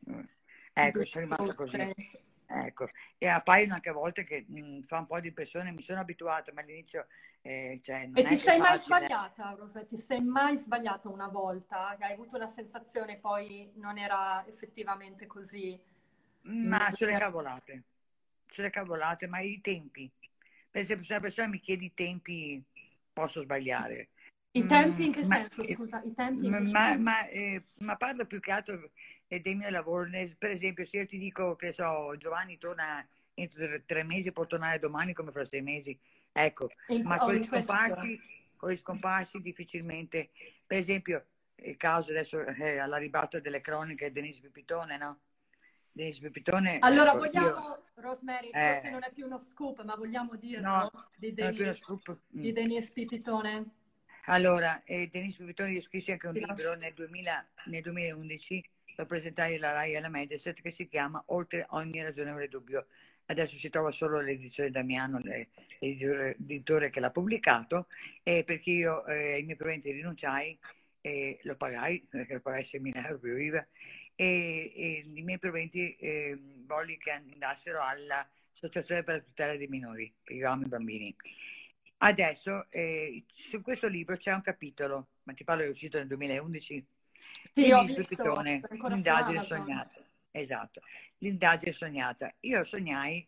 ecco, sono rimasta così. Ecco, e appaiono anche a volte che mh, fa un po' di impressione, mi sono abituata, ma all'inizio eh, cioè, non E ti è che è sei mai facile. sbagliata, Rosemary? Ti sei mai sbagliata una volta? Hai avuto una sensazione e poi non era effettivamente così? Ma sulle cavolate, sulle cavolate, ma i tempi. Per esempio, se una persona mi chiede i tempi, posso sbagliare. I Mm, tempi in che ma, senso, eh, scusa? I tempi in ma, che ma, senso? ma, eh, ma parlo più che altro eh, dei miei lavori. Ne- Per esempio, se io ti dico che so, Giovanni torna entro tre, tre mesi, può tornare domani come fra sei mesi. Ecco, In, ma oh, con gli in questo? scomparsi, con gli scomparsi difficilmente. Per esempio, il caso adesso è alla ribalta delle cronache, Denise Pipitone, no? Denise Pipitone, Allora, ecco, io... vogliamo, Rosemary, forse non Eh, è più uno scoop, ma vogliamo no, dirlo di non è più uno Denise, scoop. Mm. di Denise Pipitone? Allora, eh, Denise Pipitone, io scrissi anche un Ti lascio. libro nel, duemila, nel duemilaundici, lo presentai alla Rai e alla Mediaset, che si chiama Oltre ogni ragionevole dubbio. Adesso si trova solo l'edizione Damiano, le- l'editore l'editore che l'ha pubblicato, eh, perché io eh, ai miei proventi rinunciai, e lo pagai, perché lo pagai seimila euro più I V A, e, e i miei proventi eh, volli che andassero all'Associazione per la tutela dei minori, per io amo i bambini. Adesso eh, su questo libro c'è un capitolo, ma ti parlo è uscito nel duemilaundici, Sì, ho Denise visto, Pipitone, è ancora su l'indagine Amazon. sognata. Esatto, l'indagine sognata. Io sognai,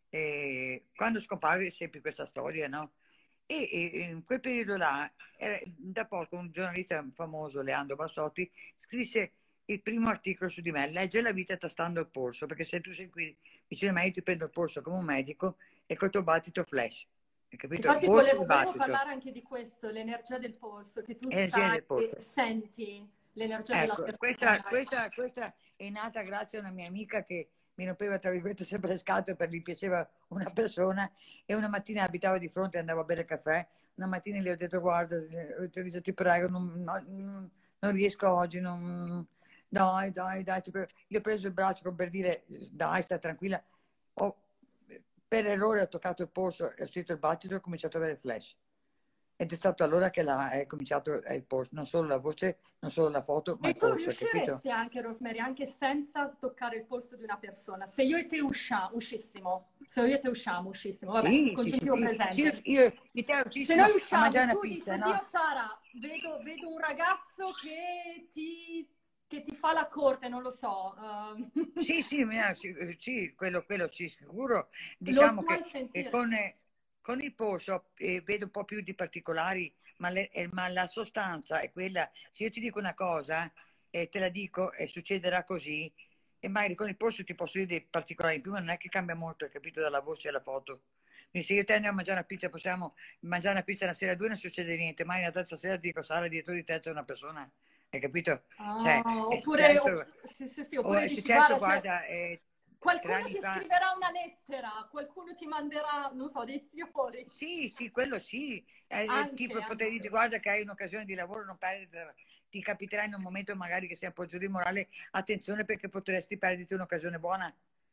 eh, quando scomparve sempre questa storia, no? E, e in quel periodo là, eh, da poco un giornalista famoso, Leandro Bassotti, scrisse il primo articolo su di me, legge la vita tastando il polso, perché se tu sei qui vicino a me io ti prendo il polso come un medico e col tuo battito flash. Hai capito? Infatti Voce e volevo, volevo battito. parlare anche di questo, l'energia del polso, che tu Energia sai del e polso. senti l'energia della Ecco, questa, persona. questa, questa è nata grazie a una mia amica che mi rompeva tra virgolette sempre le scatole perché gli piaceva una persona e una mattina abitava di fronte e andavo a bere caffè. Una mattina gli ho detto guarda, eh, Teresa, ti prego, non, no, non riesco oggi, non, dai, dai, dai. Ti prego. Gli ho preso il braccio per dire dai, sta tranquilla. Ho, per errore ho toccato il polso e ho sentito il battito e ho cominciato ad avere flash. Ed è stato allora che la, è cominciato il polso, non solo la voce, non solo la foto, ma E il tu polso, hai capito? riusciresti anche, Rosemary, anche senza toccare il polso di una persona. Se io e te usciamo, uscissimo, se io e te usciamo, uscissimo, vabbè, Sì, sì, sì, concentriamo sì. Sì, io, presente. io e te Se noi uscissimo a usciamo, mangiare una tu dici, pizza, oddio no? Sara, vedo, vedo un ragazzo che ti, che ti fa la corte, non lo so. ehm, Sì, sì, mia, sì, eh, sì, quello, quello sì, sicuro. lo Diciamo puoi che eh, sentire. con, eh, con il polso eh, vedo un po' più di particolari, ma, le- eh, ma la sostanza è quella. Se io ti dico una cosa e te la dico e succederà così, e magari con il polso ti posso dire dei particolari in più, ma non è che cambia molto, hai capito, dalla voce alla foto. Quindi se io e te andiamo a mangiare una pizza, possiamo mangiare una pizza una sera a due, non succede niente, ma la terza sera ti dico, Sara, dietro di te c'è una persona, hai capito? Ah, Cioè, è oppure, successo. opp- sì, sì, sì, Oh, oppure è dici, successo, guarda, cioè, guarda, eh, tre qualcuno anni ti fa. scriverà una lettera, qualcuno ti manderà, non so, dei fiori. Sì, sì, quello sì. Eh, eh, Anche, tipo poter dire, anche. guarda che hai un'occasione di lavoro, non perdere, ti capiterà in un momento magari che sia un po' giù di morale, attenzione perché potresti perderti un'occasione buona.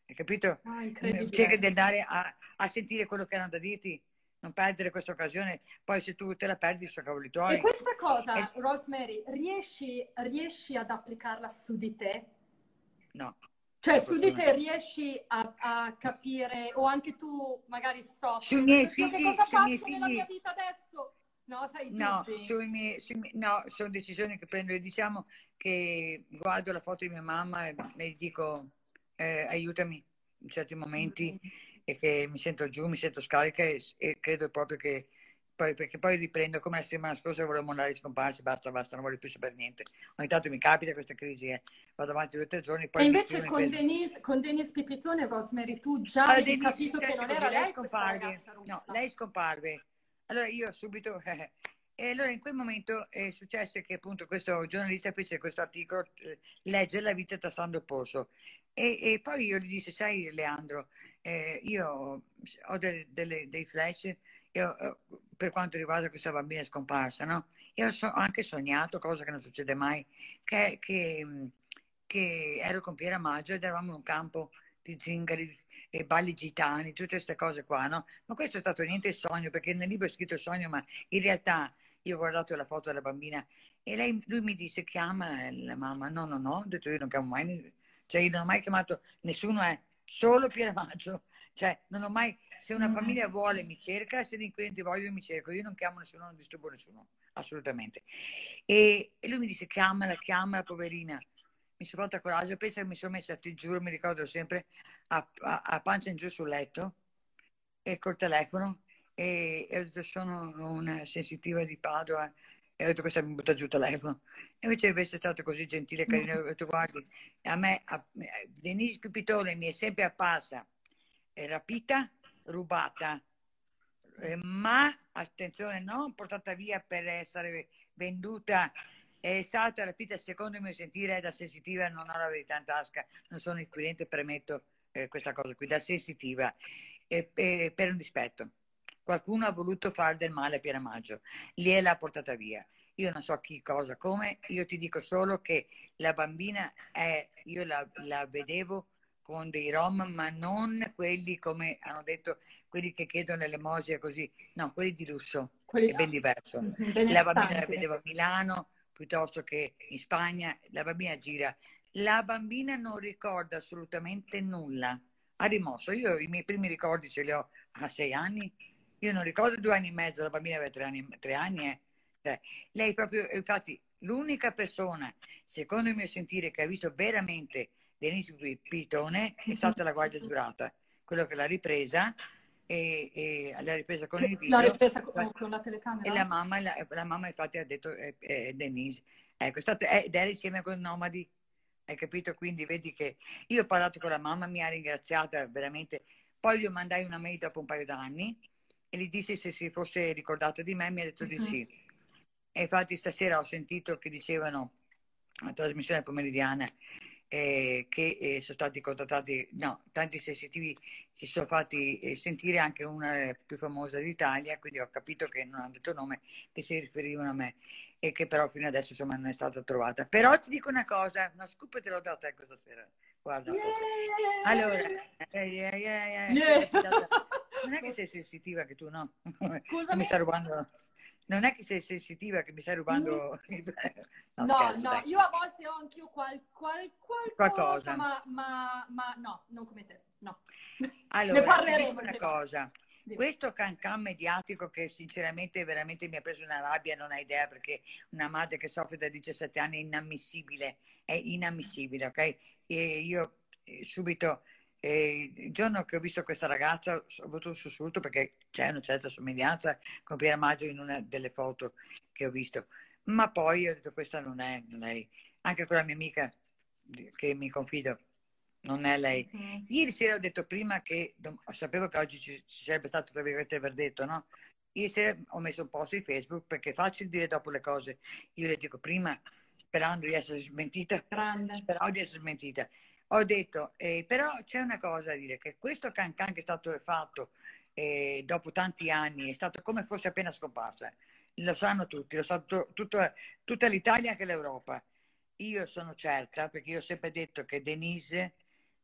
hai capito? Ah, Cerca incredibile. di andare a, a sentire quello che hanno da dirti, non perdere questa occasione, poi se tu te la perdi sono cavoli E tuoi. questa cosa, E, Rosemary, riesci, riesci ad applicarla su di te? no, Cioè, per su di fortuna. te riesci a, a capire, o anche tu magari Sui soffri, miei dici, Dio, che figli, cosa sui miei faccio nella mia figli vita adesso? No, sai, no, dubbi. sui miei, sui miei- no, sono decisioni che prendo e diciamo che guardo la foto di mia mamma e mi dico eh, aiutami in certi momenti Mm. e che mi sento giù, mi sento scarica e, e credo proprio che poi, perché poi riprendo come la settimana scorsa volevo andare a scomparsi, basta, basta, non voglio più sapere niente. Ogni tanto mi capita questa crisi, eh. Vado avanti due o tre giorni, E poi mi invece stiro, mi con preso. Denise, con Denise Pipitone, Rosemary, tu già Allora, avevi Denise capito che successe non così, era lei lei questa scomparve, ragazza no, russa. lei scomparve. Allora io subito, eh, e allora in quel momento è successo che appunto questo giornalista fece questo articolo, eh, legge la vita tastando il polso. E, e poi io gli dissi, sai Leandro, eh, io ho delle- delle- dei flash io, eh, per quanto riguarda questa bambina scomparsa, no? Io so- ho anche sognato, cosa che non succede mai, che, che, mh, che ero con Piera Maggio ed eravamo in un campo di zingari e balli gitani, tutte queste cose qua, no? Ma questo è stato niente il sogno, perché nel libro è scritto il sogno, ma in realtà io ho guardato la foto della bambina e lei, lui mi disse chiama la mamma. No, no, no, ho detto io non chiamo mai, cioè io non ho mai chiamato nessuno, è solo Piera Maggio, cioè non ho mai, se una Mm. famiglia vuole mi cerca, se gli inquirenti vogliono mi cerco, io non chiamo nessuno, non disturbo nessuno, assolutamente. E, e lui mi disse chiamala, chiamala, poverina. Mi sono fatta coraggio, penso che mi sono messa, ti giuro, mi ricordo sempre, a, a, a pancia in giù sul letto e col telefono e, e ho detto sono una sensitiva di Padova e ho detto questa mi butta giù il telefono. E invece invece è stato così gentile e carino, ho detto guardi, a me, a, Denise Pipitone mi è sempre apparsa eh, rapita, rubata, eh, ma attenzione, non portata via per essere venduta, è stata rapita secondo il mio sentire da sensitiva, non ho la verità in tasca, non sono inquirente, premetto eh, questa cosa qui, da sensitiva, eh, eh, per un dispetto. Qualcuno ha voluto fare del male a Pieramaggio, gliel'ha portata via. Io non so chi, cosa, come, io ti dico solo che la bambina è, io la, la vedevo con dei rom, ma non quelli come hanno detto, quelli che chiedono l'elemosina così, no, quelli di lusso, Quelli è ben diverso. mm, La bambina la benestanti. vedevo a Milano piuttosto che in Spagna, la bambina gira. La bambina non ricorda assolutamente nulla, ha rimosso. Io i miei primi ricordi ce li ho a sei anni, io non ricordo due anni e mezzo, la bambina aveva tre anni, tre anni eh. Cioè, lei proprio, infatti, l'unica persona, secondo il mio sentire, che ha visto veramente Denise Pitone è Mhm. stata la guardia giurata, quello che l'ha ripresa e, e l'ha ripresa con Che il l'ha video ripresa con, con la e la telecamera? mamma, la, la mamma infatti ha detto eh, eh, Denise, ecco, è stata, ed era insieme con i nomadi, hai capito? Quindi vedi che io ho parlato con la mamma, mi ha ringraziata veramente, poi gli mandai una mail dopo un paio d'anni e gli dissi se si fosse ricordata di me, mi ha detto di Mhm. sì. E infatti stasera ho sentito che dicevano, la trasmissione pomeridiana, eh, che eh, sono stati contattati, no, tanti sensitivi si sono fatti eh, sentire, anche una eh, più famosa d'Italia, quindi ho capito che non hanno detto nome, che si riferivano a me e che però fino adesso insomma non è stata trovata. Però ti dico una cosa, una scoop te l'ho data questa sera, guarda un po'. Allora, Yeah! eh, yeah, yeah, yeah, sei Yeah! capitata. Non è che sei sensitiva che tu, no? Che mi Scusami? stai rubando. Non è che sei sensitiva che mi stai Mm. rubando. No, No, scherzo, no, dai. io a volte ho anch'io qual, qual- qualcosa, Qualcosa. ma, ma, ma no, non come te, no. Ne Allora, ti dico parleremo in una privato. cosa. Dimmi. Questo cancan mediatico che sinceramente veramente mi ha preso una rabbia, non hai idea, perché una madre che soffre da diciassette anni è inammissibile, è inammissibile, ok? E io eh, subito, eh, il giorno che ho visto questa ragazza, ho avuto un sussulto perché c'è una certa somiglianza con Piera Maggio in una delle foto che ho visto, ma poi ho detto questa non è, non è, anche con la mia amica che mi confido, non è lei. Mhm. Ieri sera ho detto prima che sapevo che oggi ci, ci sarebbe stato tra virgolette il verdetto, no? Ieri sera ho messo un post su Facebook perché è facile dire dopo le cose. Io le dico prima, sperando di essere smentita, Grande. speravo di essere smentita. Ho detto, eh, però c'è una cosa da dire, che questo cancan che è stato fatto eh, dopo tanti anni è stato come fosse appena scomparsa. Lo sanno tutti, lo sa tutto- tutta, tutta l'Italia, anche l'Europa. Io sono certa, perché io ho sempre detto che Denise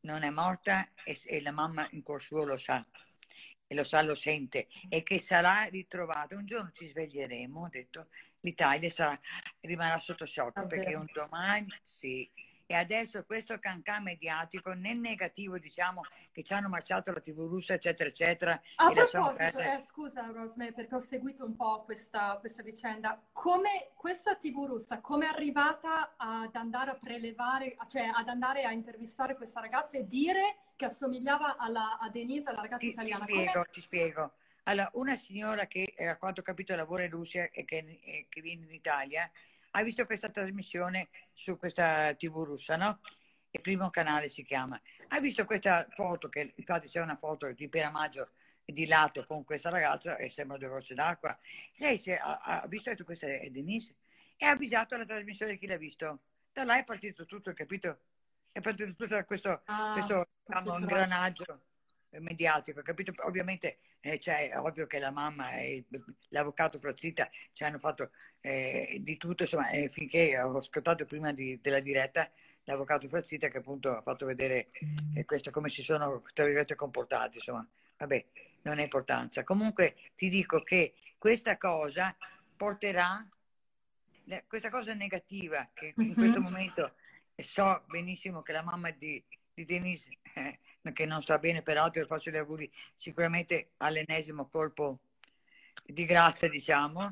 non è morta e, e la mamma in cuor suo lo sa, e lo sa, lo sente, e che sarà ritrovata. Un giorno ci sveglieremo, ho detto, l'Italia sarà, rimarrà sotto shock, perché Davvero. un domani sì. E adesso questo cancà mediatico, nel negativo, diciamo, che ci hanno marciato la tivù russa, eccetera, eccetera, A e lasciamo proposito, perdere. eh, scusa Rosemary, perché ho seguito un po' questa, questa vicenda, come questa tivù russa, come è arrivata ad andare a prelevare, cioè ad andare a intervistare questa ragazza e dire che assomigliava alla, a Denise, alla ragazza Ti, ti italiana? Come? spiego, ti spiego. Allora, una signora che, eh, a quanto ho capito, lavora in Russia e che, e che viene in Italia, ha visto questa trasmissione su questa tivù russa, no? Il primo canale si chiama. Ha visto questa foto, che infatti c'è una foto di Piera Maggio di lato con questa ragazza e sembra due gocce d'acqua. Lei si è, ha, ha visto, ha detto, questa è Denise, e ha avvisato la trasmissione di chi l'ha visto. Da là è partito tutto, capito? È partito tutto questo, Ah, questo diciamo, purtroppo. ingranaggio mediatico, capito? Ovviamente eh, cioè, è ovvio che la mamma e l'avvocato Frazzita ci hanno fatto eh, di tutto, insomma, eh, finché ho ascoltato prima di, della diretta l'avvocato Frazzita che appunto ha fatto vedere eh, questo, come si sono, tra virgolette, comportati, insomma, vabbè, non ha importanza. Comunque ti dico che questa cosa porterà, questa cosa negativa che in questo Mhm. momento so benissimo che la mamma di, di Denise, eh, che non sta bene, peraltro le faccio gli auguri sicuramente all'ennesimo colpo di grazia, diciamo,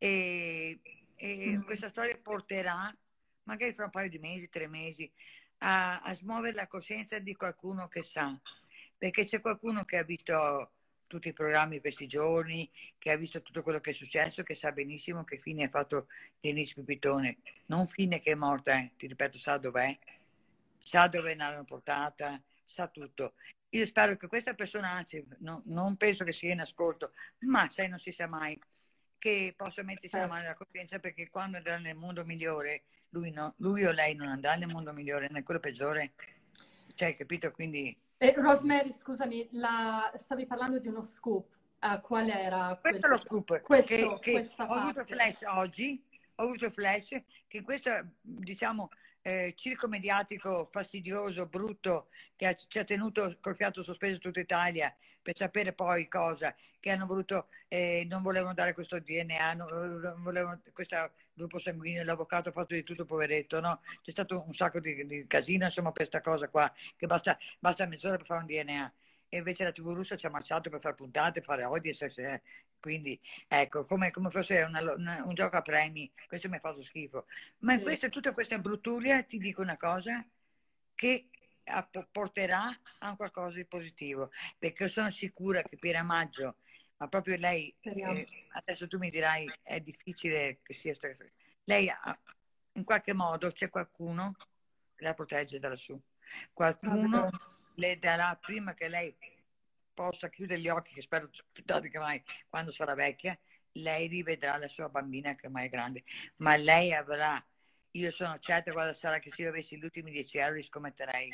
e, e Mm. questa storia porterà, magari fra un paio di mesi, tre mesi, a, a smuovere la coscienza di qualcuno che sa, perché c'è qualcuno che ha visto tutti i programmi di questi giorni, che ha visto tutto quello che è successo, che sa benissimo che fine ha fatto Denise Pipitone. Non fine che è morta, eh. Ti ripeto, sa dov'è, sa dove l'hanno portata, sa tutto. Io spero che questa persona, anzi, no, non penso che sia in ascolto, ma sai, non si sa mai, che possa mettersi una Eh. mano nella coscienza, perché quando andrà nel mondo migliore, lui, no, lui o lei non andrà nel mondo migliore, nel quello peggiore. Cioè, capito? Quindi E Rosemary, scusami, la- stavi parlando di uno scoop. Ah, qual era quel... questo è lo scoop che, Questo, che questa ho avuto parte. flash oggi, ho avuto flash che questo, diciamo, eh, circo mediatico fastidioso, brutto, che ha- ci ha tenuto col fiato sospeso tutta Italia per sapere poi cosa, che hanno voluto, eh, non volevano dare questo D N A, non, non volevano questo gruppo sanguigno, l'avvocato ha fatto di tutto, poveretto, no? C'è stato un sacco di, di casino, insomma, per questa cosa qua, che basta, basta mezz'ora per fare un D N A. E invece la tivù russa ci ha marciato per fare puntate, fare audience, eh, quindi ecco, come, come fosse una- una- un gioco a premi, questo mi ha fatto schifo. Ma in Sì. questa, tutta questa brutturia ti dico una cosa che a- porterà a qualcosa di positivo, perché sono sicura che per a maggio, ma proprio lei, Speriamo. eh, adesso tu mi dirai, è difficile che sia, sta- lei ha- in qualche modo c'è qualcuno che la protegge da lassù, qualcuno Davvero. le darà prima che lei possa chiudere gli occhi, che spero più tardi che mai, quando sarà vecchia, lei rivedrà la sua bambina che ormai è grande, ma lei avrà, io sono certa, guarda, sarà che se io avessi gli ultimi dieci euro li scommetterei,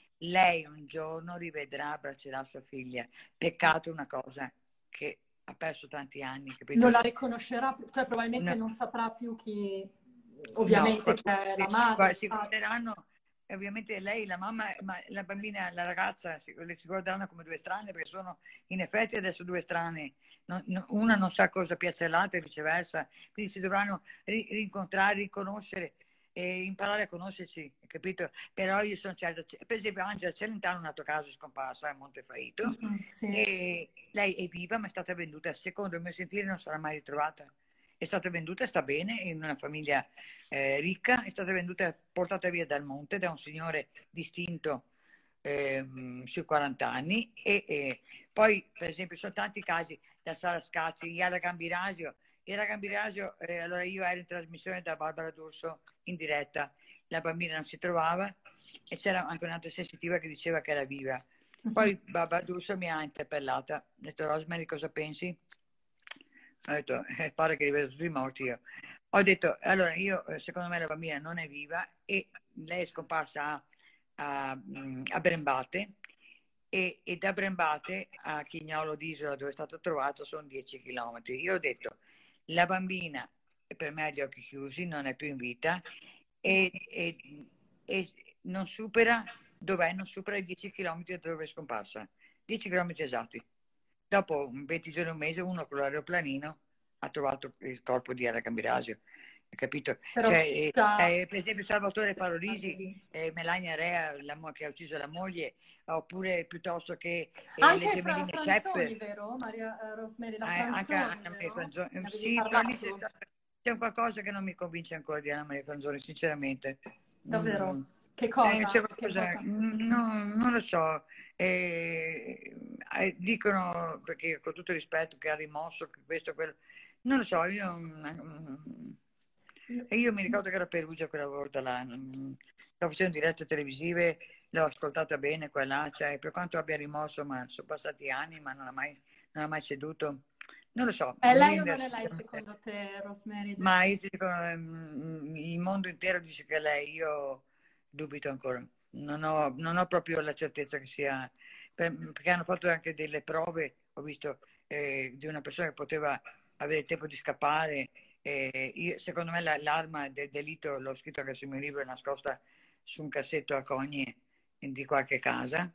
lei un giorno rivedrà, abbraccerà sua figlia. Peccato una cosa, che ha perso tanti anni, Non capito? la riconoscerà, cioè probabilmente No, non saprà più chi, no, ovviamente, che è la qua madre. si guarderanno, e ovviamente lei, la mamma, ma la bambina, la ragazza, si, le si guarderanno come due strane, perché sono in effetti adesso due strane. Non- non- una non sa cosa piace all'altra e viceversa, quindi si dovranno ri- rincontrare, riconoscere e imparare a conoscersi, capito? Però io sono certa, per esempio Angela Celentano, un altro caso, è scomparsa a Montefaito, Mhm, sì. e lei è viva ma è stata venduta, secondo il mio sentire non sarà mai ritrovata. È stata venduta, sta bene, in una famiglia eh, ricca, è stata venduta, portata via dal monte da un signore distinto ehm, sui quaranta anni e, e poi per esempio sono tanti casi da Sara Scacci, Iara Gambirasio. Iara Gambirasio, eh, allora io ero in trasmissione da Barbara D'Urso in diretta, la bambina non si trovava e c'era anche un'altra sensitiva che diceva che era viva. Mhm. Poi Barbara D'Urso mi ha interpellata, ha detto Rosemary cosa pensi? Ho detto, eh, pare che li vedo tutti morti io. Ho detto, allora io, eh, secondo me la bambina non è viva e lei è scomparsa a, a, mm, a Brembate e, e da Brembate a Chignolo d'Isola dove è stato trovato sono dieci chilometri. Io ho detto, la bambina per me ha gli occhi chiusi, non è più in vita e, e- e non supera dov'è? Non supera i dieci chilometri da dove è scomparsa. dieci chilometri esatti. Dopo venti giorni, un mese, uno con l'aeroplanino ha trovato il corpo di Ara Gambirasio. Hai capito? Però Cioè, eh, già eh, per esempio Salvatore anche Parolisi, lì. eh, Melania Rea, la mo- che ha ucciso la moglie, oppure piuttosto che eh, le Anche Fra gemelline Shep, Franzoni, vero? Maria eh, Rosemary, la eh, anche Franzoni, Anna Maria vero? Franzoni. Ne avevi Sì, però lì c'è, parlato. c'è un qualcosa che non mi convince ancora di Anna Maria Franzoni, sinceramente. Mm. Davvero? Che Eh, c'è cosa? Che qualcosa, cosa? mm, no, non lo so. Eh, eh, dicono, perché con tutto il rispetto, che ha rimosso che questo, quello, non lo so, io, mm, e io mi ricordo che era a Perugia quella volta là, mm, stavo facendo dirette televisive, l'ho ascoltata bene qua e là, cioè, per quanto abbia rimosso, ma sono passati anni, ma non ha mai, non ha mai ceduto. Non lo so, È lei io o non è lei sinceramente- secondo te, Rosemary? ma io ti dico, ehm, il mondo intero dice che è lei, io dubito ancora. Non ho, non ho proprio la certezza che sia, per- perché hanno fatto anche delle prove, ho visto, eh, di una persona che poteva avere il tempo di scappare. Eh, io- secondo me la- l'arma del delitto, l'ho scritto anche sul mio libro, è nascosta su un cassetto a cogne di qualche casa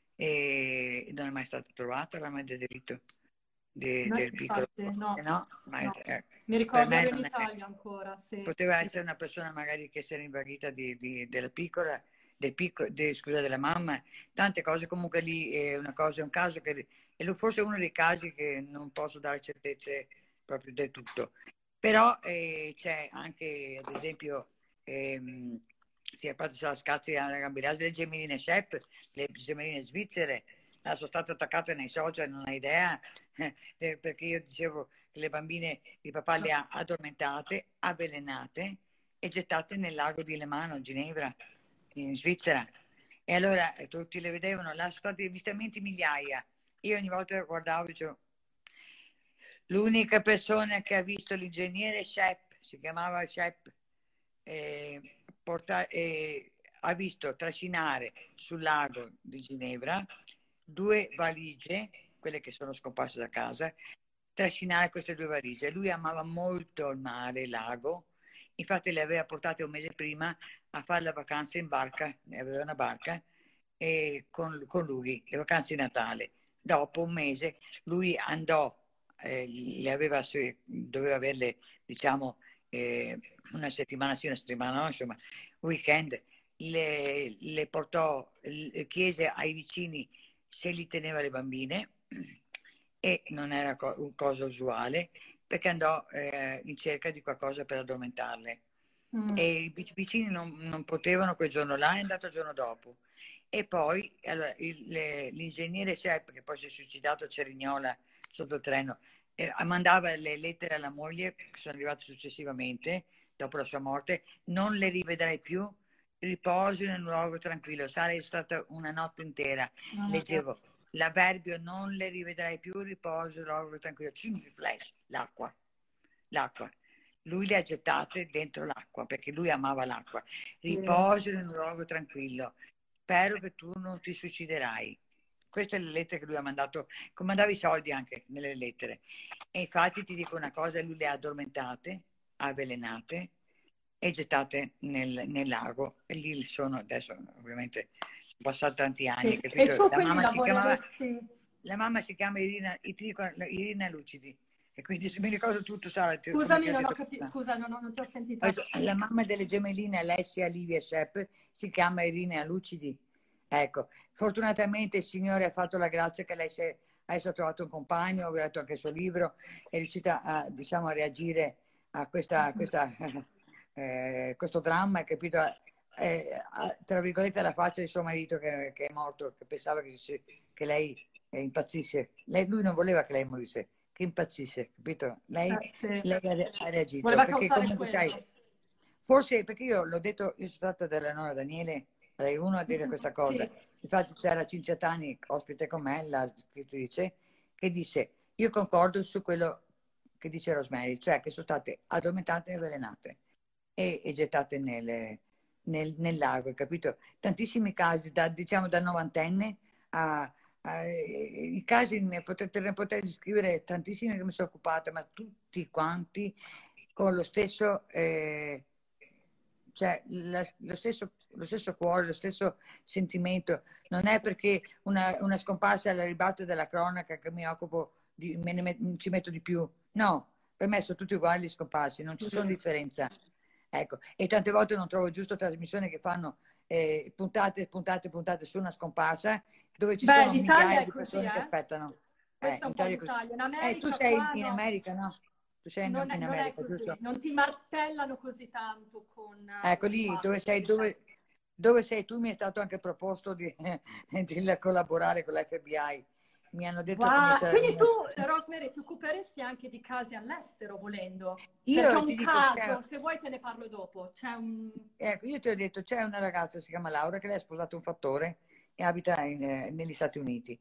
e non è mai stata trovata l'arma del delitto de- No, del piccolo. infatti, Eh no, no, ma no. eh, Mi per ricordo me ero in non è. Italia ancora, sì. Poteva essere una persona magari che si era invaghita di, di- della piccola, del picco, de- scusa, della mamma, tante cose. Comunque lì è una cosa, è un caso che è lo- forse uno dei casi che non posso dare certezze proprio del tutto. Però eh, c'è anche, ad esempio, ehm, si è fatto la scazzi alla Gambirasi, le gemelline Shep, le gemelline svizzere, ah, sono state attaccate nei social, non hai idea, eh, perché io dicevo che le bambine, il papà le ha addormentate, avvelenate e gettate nel lago di Lemano, Ginevra, in Svizzera. E allora eh, tutti le vedevano, là sono stati avvistamenti migliaia. Io ogni volta che guardavo dicevo, l'unica persona che ha visto l'ingegnere Shep, si chiamava Shep, eh, porta- eh, ha visto trascinare sul lago di Ginevra due valigie, quelle che sono scomparse da casa, trascinare queste due valigie. Lui amava molto il mare, il lago, infatti le aveva portate un mese prima a fare la vacanza in barca, aveva una barca, e con, con lui, le vacanze di Natale. Dopo un mese lui andò, eh, le aveva, doveva averle, diciamo, eh, una settimana sì, una settimana no, insomma, weekend, le, le portò, le chiese ai vicini se li teneva le bambine e non era co- una cosa usuale perché andò eh, in cerca di qualcosa per addormentarle Mm. e i vic- vicini non, non potevano quel giorno là, è andato il giorno dopo. E poi allora, il- le- l'ingegnere Shep, che poi si è suicidato a Cerignola sotto treno, eh, mandava le lettere alla moglie, che sono arrivate successivamente, dopo la sua morte, non le rivedrai più, riposi in un luogo tranquillo, sarai stata una notte intera. Mamma mia. Leggevo l'avverbio non le rivedrai più, riposo in un luogo tranquillo, cinque flash, l'acqua, l'acqua. Lui le ha gettate dentro l'acqua perché lui amava l'acqua. Sì. Riposo in un luogo tranquillo. Spero che tu non ti suiciderai. Queste sono le lettere che lui ha mandato, comandava i soldi anche nelle lettere. E infatti ti dico una cosa, lui le ha addormentate, avvelenate e gettate nel, nel lago. E lì sono, adesso ovviamente sono passati tanti anni, Sì. E capito? tu La quindi mamma si chiamava, lavoreresti... la mamma si chiama Irina, ti dico, Irina Lucidi. E quindi se mi ricordo tutto, Sara, ti- come ti Scusami, ho non ho detto capito, prima. scusa, non, ho- non ti ho sentita. La mamma delle gemelline Alessia, Livia e Shep si chiama Irina Lucidi. Ecco, fortunatamente il Signore ha fatto la grazia che lei si è, adesso ha trovato un compagno, ho letto anche il suo libro, è riuscita a, diciamo, a reagire a, questa, a questa, eh, questo dramma, hai capito? Eh, a- tra virgolette alla faccia di suo marito che, che è morto, che pensava che, si- che lei eh, impazzisse. Lei, lui non voleva che lei morisse, che impazzisse, capito? Lei Eh, sì. lei ha, re- ha reagito Voleva perché causare comunque sai, quello. forse perché io l'ho detto, io sono stata della nonna Daniele, Rai uno a dire questa cosa. Sì. Infatti c'era Cinzia Tani, ospite con me, la scrittrice, che disse, io concordo su quello che dice Rosemary, cioè che sono state addormentate e avvelenate e, e gettate nel, nel, nel lago, hai capito? Tantissimi casi, da, diciamo da novantenne a, a- i casi ne potete, ne potete scrivere tantissimi che mi sono occupata, ma tutti quanti con lo stesso, eh, cioè, la, lo, stesso, lo stesso cuore, lo stesso sentimento. Non è perché una, una scomparsa è alla ribalta della cronaca che mi occupo, di, me ne met, ci metto di più. No, per me sono tutti uguali gli scomparsi, non ci sono Mm. differenza. Ecco, e tante volte non trovo giusto trasmissioni che fanno eh, puntate, puntate, puntate su una scomparsa dove ci Beh, sono l'Italia migliaia è di così, persone che eh? aspettano. Eh, Questa è in un po' Italia è così. l'Italia. In Eh, tu America sei qua in no, America, no? Tu sei in, non è, in non è America, così, giusto? non ti martellano così tanto con eh, Ecco i lì dove fatti. sei, dove, dove sei tu mi è stato anche proposto di, di collaborare con l'F B I. Mi hanno detto come Wow. Quindi tu, sarebbe. Rosemary, ti occuperesti anche di casi all'estero volendo? Perché Io ho un ti dico, c'è- caso, se vuoi te ne parlo dopo. C'è un... ecco, io ti ho detto, c'è una ragazza, si chiama Laura, che lei ha sposato un fattore e abita in, eh, negli Stati Uniti.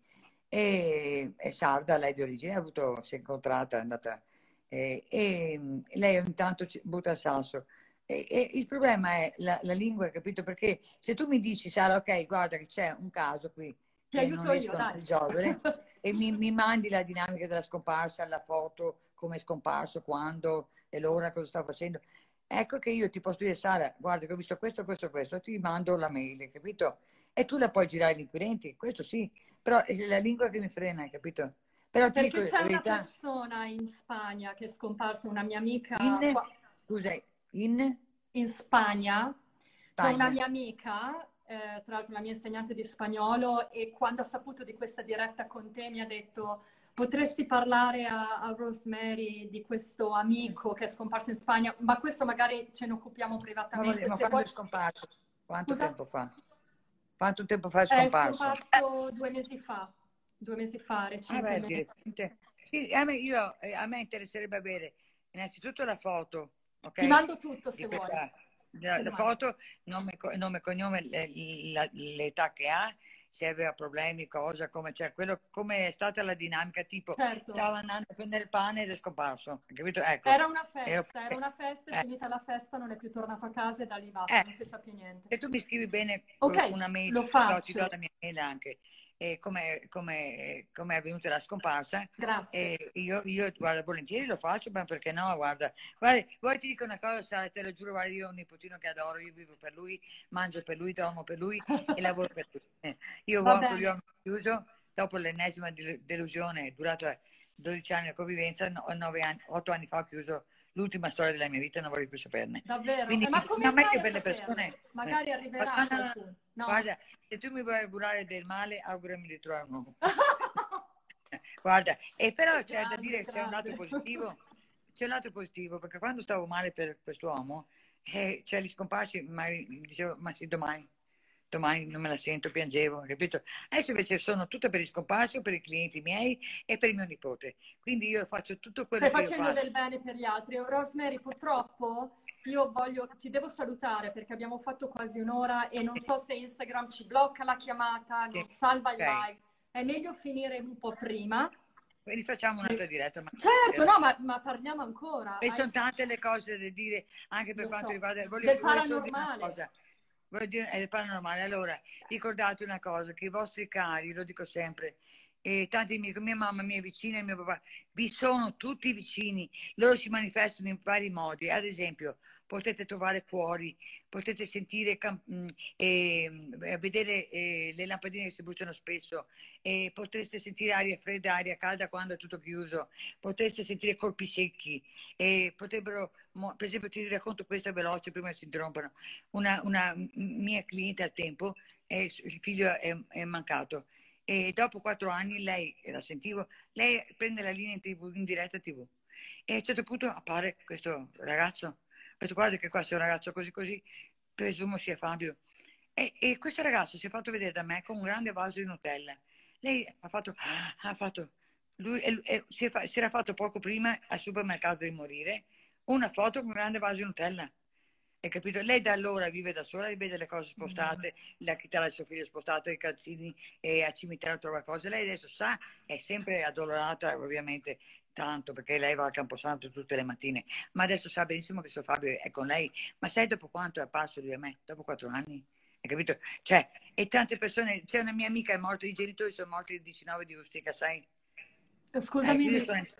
E è sarda, lei di origine, ha avuto, si è incontrata, è andata, eh, e mm, lei ogni tanto ci butta il sasso. E, e il problema è la, la lingua, capito? Perché se tu mi dici, Sara, ok, guarda che c'è un caso qui Ti che non aiuto io, riescono a dai. risolvere, e mi, mi mandi la dinamica della scomparsa, la foto, come è scomparso, quando e l'ora, cosa sta facendo. Ecco che io ti posso dire, Sara, guarda che ho visto questo, questo, questo, ti mando la mail, capito? E tu la puoi girare agli inquirenti, questo sì, però è la lingua che mi frena, capito? Però ti dico Perché la c'è una verità, persona in Spagna che è scomparsa, una mia amica in, qua- scusa, in in Spagna, c'è una Spagna, mia amica, eh, tra l'altro la mia insegnante di spagnolo, e quando ha saputo di questa diretta con te mi ha detto potresti parlare a, a Rosemary di questo amico che è scomparso in Spagna, ma questo magari ce ne occupiamo ma, voglio- privatamente. ma Se quando vuoi... è scomparso? Quanto Scusa? tempo fa? Quanto tempo fa è È scomparso? scomparso due mesi fa, due mesi fa, Ah beh, recentemente. direttamente. Sì, a me, io, eh, a me interesserebbe avere innanzitutto la foto, Ti ok? mando tutto Di se vuoi. questa, la, Te lo la mando. foto, nome, co- nome, cognome, le- la- l'età che ha, se aveva problemi, cosa, come, cioè, quello, come è stata la dinamica, tipo, Certo. stava andando a prendere il pane ed è scomparso, capito? Ecco. Era una E io- festa, era una festa, è eh, finita la festa, non è più tornato a casa e da lì basta, eh, non si sa più niente. se tu mi scrivi bene Ok, eh, una mail, lo ti do, ti do faccio. la mia mail anche, e come, come, come è avvenuta la scomparsa, Grazie. e io, io guarda, volentieri lo faccio, ma perché no? Guarda, guarda, vuoi ti dico una cosa, Sara, te lo giuro, guarda, io ho un nipotino che adoro, io vivo per lui, mangio per lui, dormo per lui e lavoro per lui. Eh, Io Va ho con gli bene. occhi chiuso, dopo l'ennesima del- delusione durata dodici anni di convivenza, no, nove anni, otto anni fa ho chiuso l'ultima storia della mia vita, non voglio più saperne. Davvero? Quindi, Eh, ma no, come meglio fai a per le saperlo? persone. eh. Magari Ma- arriverà no, a no, no. qualcuno. No? Guarda, se tu mi vuoi augurare del male, augurami di trovare un uomo. Guarda, e però c'è da Grande, dire, c'è un lato grande. positivo, c'è un lato positivo, perché quando stavo male per quest'uomo, eh, cioè gli scomparsi, ma dicevo, ma sì, domani, domani non me la sento, piangevo, capito? Adesso invece sono tutta per gli scomparsi, per i clienti miei e per il mio nipote. Quindi io faccio tutto quello Stai che io facendo faccio. del bene per gli altri. Rosemary, purtroppo io voglio, ti devo salutare perché abbiamo fatto quasi un'ora e non so se Instagram ci blocca la chiamata, Sì, non salva il ok, live. È meglio finire un po' prima. quindi facciamo un'altra diretta, ma Certo, no, ma, ma parliamo ancora. e Hai- sono tante le cose da dire anche per Lo quanto so. riguarda. Voglio, Del voglio solo dire una paranormale. cosa. Voglio dire, è il paranormale. Allora, ricordate una cosa, che i vostri cari, lo dico sempre, e tanti miei, mia mamma, mia vicina e mio papà, vi sono tutti vicini, loro si manifestano in vari modi. Ad esempio, potete trovare cuori, potete sentire, cam- mh, e, mh, vedere eh, le lampadine che si bruciano spesso, e potreste sentire aria fredda, aria calda quando è tutto chiuso, potreste sentire colpi secchi, e potrebbero, mo- per esempio, ti racconto questa veloce prima che si interrompano. Una, una m- mia cliente al tempo, eh, il figlio è, è mancato. E dopo quattro anni lei, e la sentivo, lei prende la linea in T V, in diretta T V. E a un certo punto appare questo ragazzo. Ho detto, guarda che qua c'è un ragazzo così così, presumo sia Fabio. E, e questo ragazzo si è fatto vedere da me con un grande vaso di Nutella. Lei ha fatto, ha fatto, lui e- e si, è fa- si era fatto poco prima al supermercato di morire una foto con un grande vaso di Nutella. Hai capito? Lei da allora vive da sola, vede le cose spostate, la chitarra di suo figlio spostata, i calzini, e al cimitero trova cose. Lei adesso sa, è sempre addolorata ovviamente tanto perché lei va al Camposanto tutte le mattine, ma adesso sa benissimo che suo Fabio è con lei. Ma sai dopo quanto è apparso lui a me? Dopo quattro anni? Hai capito? Cioè, e tante persone, c'è una mia amica è morta, i genitori sono morti il diciannove di Ustica, sai? Eh, Scusami, io mi- sono,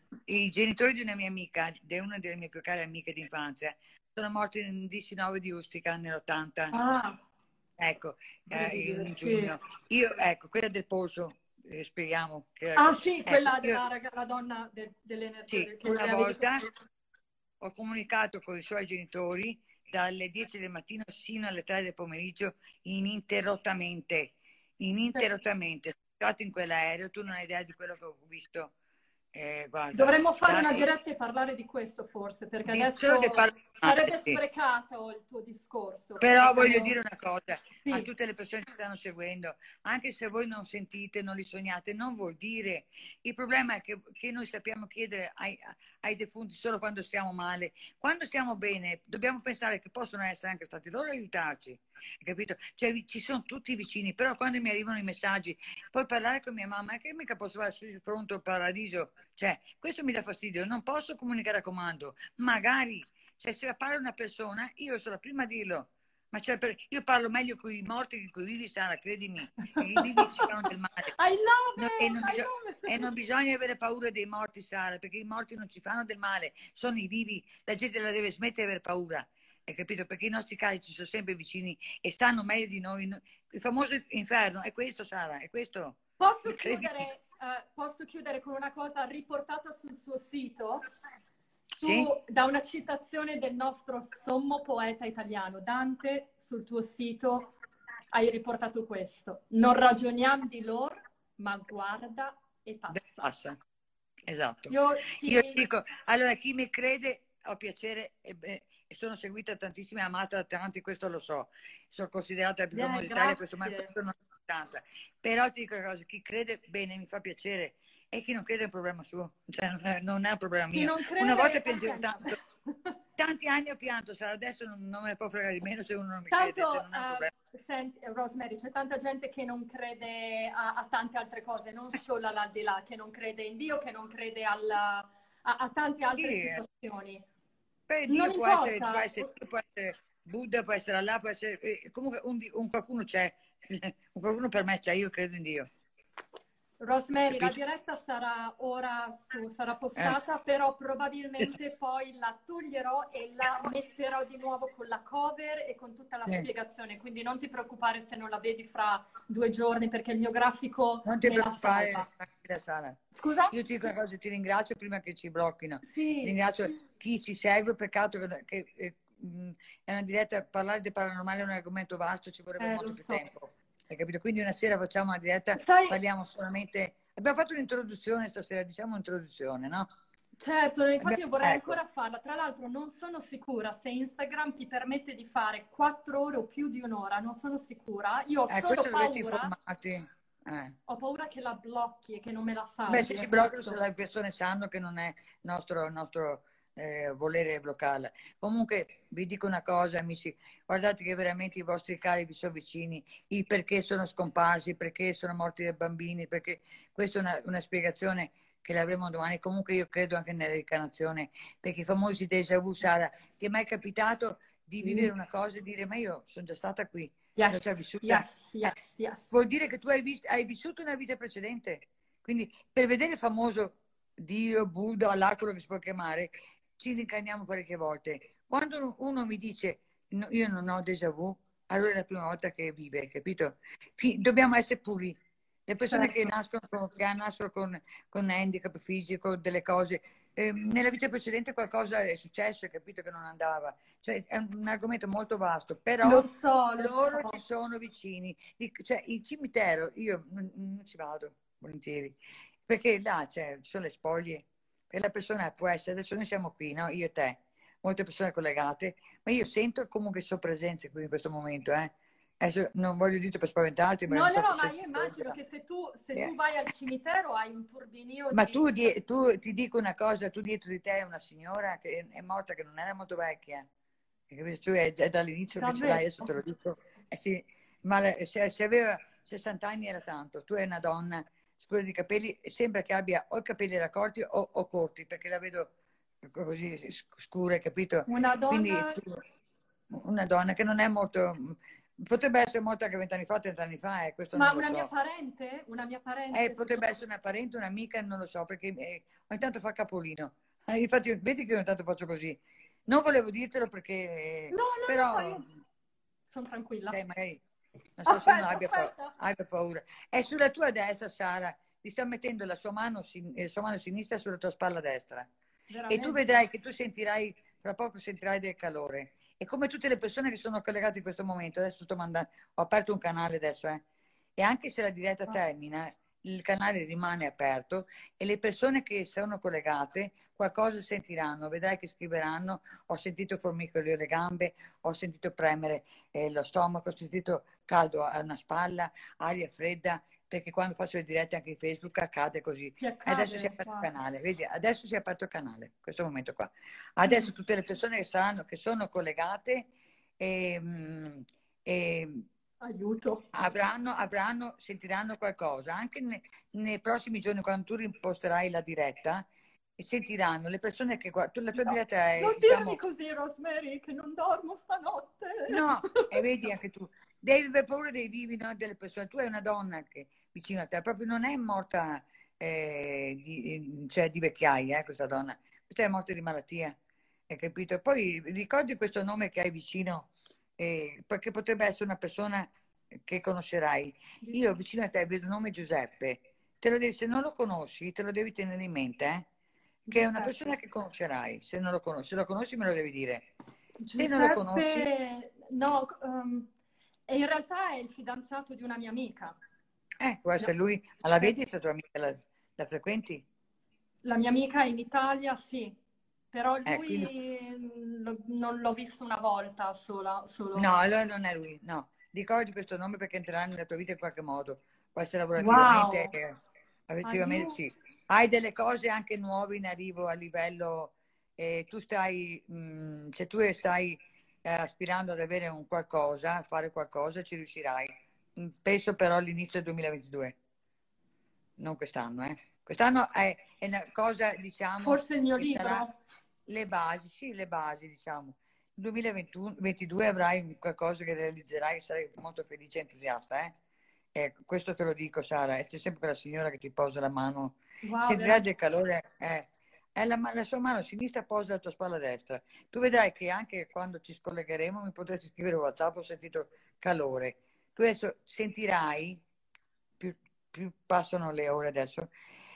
i genitori di una mia amica, di una delle mie più care amiche d'infanzia, sono morti il diciannove di Ustica nell'ottanta. Ah, Ecco, eh, incredibile, in sì. giugno. Io, ecco, quella del polso, eh, spieghiamo. Che, Ah sì, ecco, quella io, della raga- la donna de- dell'energia sì, del- che una le avevi... volta ho comunicato con i suoi genitori dalle dieci del mattino sino alle tre del pomeriggio ininterrottamente, ininterrottamente. Sono stato in quell'aereo, tu non hai idea di quello che ho visto. Eh, guarda, Dovremmo fare da, una diretta e parlare di questo forse, perché di, solo di adesso parlare, sarebbe sì. sprecato il tuo discorso, perché Però voglio abbiamo... dire una cosa a Sì, tutte le persone che stanno seguendo, anche se voi non sentite, non li sognate, non vuol dire. Il problema è che, che noi sappiamo chiedere ai, ai defunti solo quando stiamo male. Quando stiamo bene, dobbiamo pensare che possono essere anche stati loro a aiutarci. Capito? Cioè, ci sono tutti vicini, però quando mi arrivano i messaggi, poi parlare con mia mamma, è che mica posso fare su pronto paradiso. Cioè, questo mi dà fastidio, non posso comunicare a comando. Magari, cioè, se parla una persona, io sono la prima a dirlo. Ma cioè, per- io parlo meglio con i morti che con i vivi, Sara, credimi. I vivi ci fanno del male. I love No, e, it, non I bisog- love e non it. bisogna avere paura dei morti, Sara, perché i morti non ci fanno del male, sono i vivi. La gente la deve smettere di avere paura, hai capito? Perché i nostri cari ci sono sempre vicini e stanno meglio di noi. Il famoso inferno è questo, Sara, è questo. Posso Credimi. chiudere, eh, posso chiudere con una cosa riportata sul suo sito? Sì? Tu, da una citazione del nostro sommo poeta italiano, Dante, sul tuo sito hai riportato questo. Non ragioniamo di loro, ma guarda e passa. Passa. Esatto. Io Io ti... dico, allora chi mi crede ho piacere e, beh, e sono seguita tantissimo e amata da tanti, questo lo so. Sono considerata la più Eh, famosa d'Italia, questo, ma grazie. questo non ha importanza. Però ti dico una cosa, chi crede bene mi fa piacere e chi non crede è un problema suo, cioè non è, non è un problema Chi mio. non Una volta crede, piangevo ok. tanto, tanti anni ho pianto, Sara, adesso non, non me ne può fregare di meno se uno non mi crede, cioè Tanto, non è un problema. uh, senti, Rosemary, c'è tanta gente che non crede a, a tante altre cose, non solo all'aldilà, che non crede in Dio, che non crede alla, a, a tante altre Sì, situazioni. beh, Non Dio può essere, può importa. essere, Dio può essere Buddha, può essere Allah, può essere... eh, comunque un, di- un qualcuno c'è, un qualcuno per me c'è, io credo in Dio, Rosemary, la capito? diretta sarà ora su, sarà Eh. postata, però probabilmente poi la toglierò e la metterò di nuovo con la cover e con tutta la Sì. spiegazione. Quindi non ti preoccupare se non la vedi fra due giorni perché il mio grafico Non ti me la preoccupare, salva. tranquilla, Sara. Scusa? Io ti dico una cosa, ti ringrazio prima che ci blocchino. Sì, Ringrazio chi ci segue, peccato che, che, eh, mh, è una diretta, parlare di paranormale è un argomento vasto, ci vorrebbe eh, lo molto più so. tempo. Hai capito? Quindi una sera facciamo una diretta, Sai, parliamo solamente... Abbiamo fatto un'introduzione stasera, diciamo un'introduzione, no? certo, infatti Abbiamo- io vorrei Ecco, ancora farla. Tra l'altro non sono sicura se Instagram ti permette di fare quattro ore o più di un'ora, non sono sicura. Io ho eh, solo questo dovresti paura, informarti. Eh. ho paura che la blocchi e che non me la Beh, se salvi, ci è bloccano, se questo. le persone sanno che non è nostro, nostro eh, volere bloccarla. Comunque vi dico una cosa, amici, guardate che veramente i vostri cari vi sono vicini, il perché sono scomparsi, perché sono morti dei bambini, perché questa è una, una spiegazione che l'avremo domani. Comunque io credo anche nella reincarnazione, perché i famosi déjà vu, Sara, ti è mai capitato di vivere Sì. una cosa e dire ma io sono già stata qui, l'ho già Yes, vissuta? yes, Eh, yes, yes. vuol dire che tu hai, vis- hai vissuto una vita precedente. Quindi per vedere il famoso Dio, Buddha, Allah, quello che si può chiamare, ci rincarniamo parecchie volte. Quando uno mi dice "No, io non ho déjà vu, allora è la prima volta che vive, capito? Fi- dobbiamo essere puri. Le persone che Certo. nascono con, che nascono con, con handicap fisico, delle cose, eh, nella vita precedente qualcosa è successo, capito che non andava. Cioè, è un, un argomento molto vasto, Lo però so, lo loro ci so. sono vicini. Il, cioè, il cimitero, io non, non ci vado volentieri, perché là c'è, ci sono le spoglie, e la persona può essere, adesso noi siamo qui, no? Io e te, molte persone collegate, ma io sento comunque sue presenze qui in questo momento, eh. Adesso non voglio dire per spaventarti, ma No, non no, so no, se... ma io immagino che se tu, se Eh, tu vai al cimitero hai un turbinio ma di... tu, die- tu ti dico una cosa, tu dietro di te hai una signora che è morta, che non era molto vecchia, e che tu è, è dall'inizio che ce l'hai, Davvero? adesso te lo dico. Eh sì, ma le- se, se aveva sessanta anni era tanto, tu hai una donna scura di capelli, e sembra che abbia o i capelli raccolti o, o corti, perché la vedo così scura, capito? Una Quindi donna... tu- una donna che non è molto, Potrebbe essere morta anche vent'anni fa, trent'anni fa, eh, questo Ma non lo una so. mia parente? Una mia parente? Eh, potrebbe essere una parente, un'amica, non lo so, perché eh, ogni tanto fa capolino. Eh, infatti, vedi che ogni tanto faccio così. Non volevo dirtelo perché, eh, No, no, no, però, io sono tranquilla. sai, magari, non so se uno Aspetta, abbia, pa- aspetta. abbia paura. È sulla tua destra, Sara, ti sta mettendo la sua mano, sin- la sua mano sinistra sulla tua spalla destra. E tu Veramente? vedrai che tu sentirai, fra poco sentirai del calore. E come tutte le persone che sono collegate in questo momento, adesso sto mandando, ho aperto un canale adesso, eh, e anche se la diretta Ah, termina, il canale rimane aperto e le persone che sono collegate qualcosa sentiranno, vedrai che scriveranno: ho sentito formicolio alle gambe, ho sentito premere eh, lo stomaco, ho sentito caldo a una spalla, aria fredda, perché quando faccio le dirette anche in Facebook accade così. ti Adesso si è accade? aperto il Wow. canale, vedi, adesso si è aperto il canale, in questo momento qua. Mm. Adesso tutte le persone che saranno, che sono collegate e, mm, e Aiuto. avranno, avranno, sentiranno qualcosa. Anche ne- nei prossimi giorni, quando tu imposterai la diretta, sentiranno le persone che guardano. La tua No, diretta è, non dirmi diciamo, così, Rosemary, che non dormo stanotte. no, e vedi anche tu, devi avere paura dei vivi, no? Delle persone. Tu hai una donna che vicino a te, proprio non è morta eh, di, cioè, di vecchiaia, eh, questa donna, questa è morta di malattia, hai capito? E poi ricordi questo nome che hai vicino, eh, perché potrebbe essere una persona che conoscerai. Io vicino a te vedo il nome Giuseppe, te lo devi, se non lo conosci, te lo devi tenere in mente, eh? Che è una Giuseppe. persona che conoscerai, se non lo conosci, se lo conosci me lo devi dire. Se non lo conosci, Giuseppe, no, um, e in realtà è il fidanzato di una mia amica. eh, può No, essere lui, ma la eh, vedi questa tua amica, la, la frequenti? la mia amica in Italia, sì, però Eh, quindi, lui mm, lo- non l'ho visto una volta sola, no, solo. allora non è lui, no. Ricordi questo nome perché entrerà nella tua vita in qualche modo, può essere lavorativamente, Wow, eh, effettivamente aiuto. sì. Hai delle cose anche nuove in arrivo a livello, eh, tu stai, mh, se tu stai eh, aspirando ad avere un qualcosa, a fare qualcosa, ci riuscirai. Mm, penso però all'inizio del duemilaventidue, non quest'anno, eh. Quest'anno è, è una cosa, diciamo, Forse il mio che sarà libro? le basi, sì, le basi, diciamo. Nel duemilaventidue avrai un qualcosa che realizzerai e sarai molto felice e entusiasta, eh? Eh, questo te lo dico, Sara, e c'è sempre quella signora che ti posa la mano, Wow, sentirai veramente. del calore, eh, è la, ma- la sua mano sinistra posa la tua spalla destra. Tu vedrai che anche quando ci scollegheremo mi potresti scrivere WhatsApp, ho sentito calore. Tu adesso sentirai, più, più passano le ore adesso,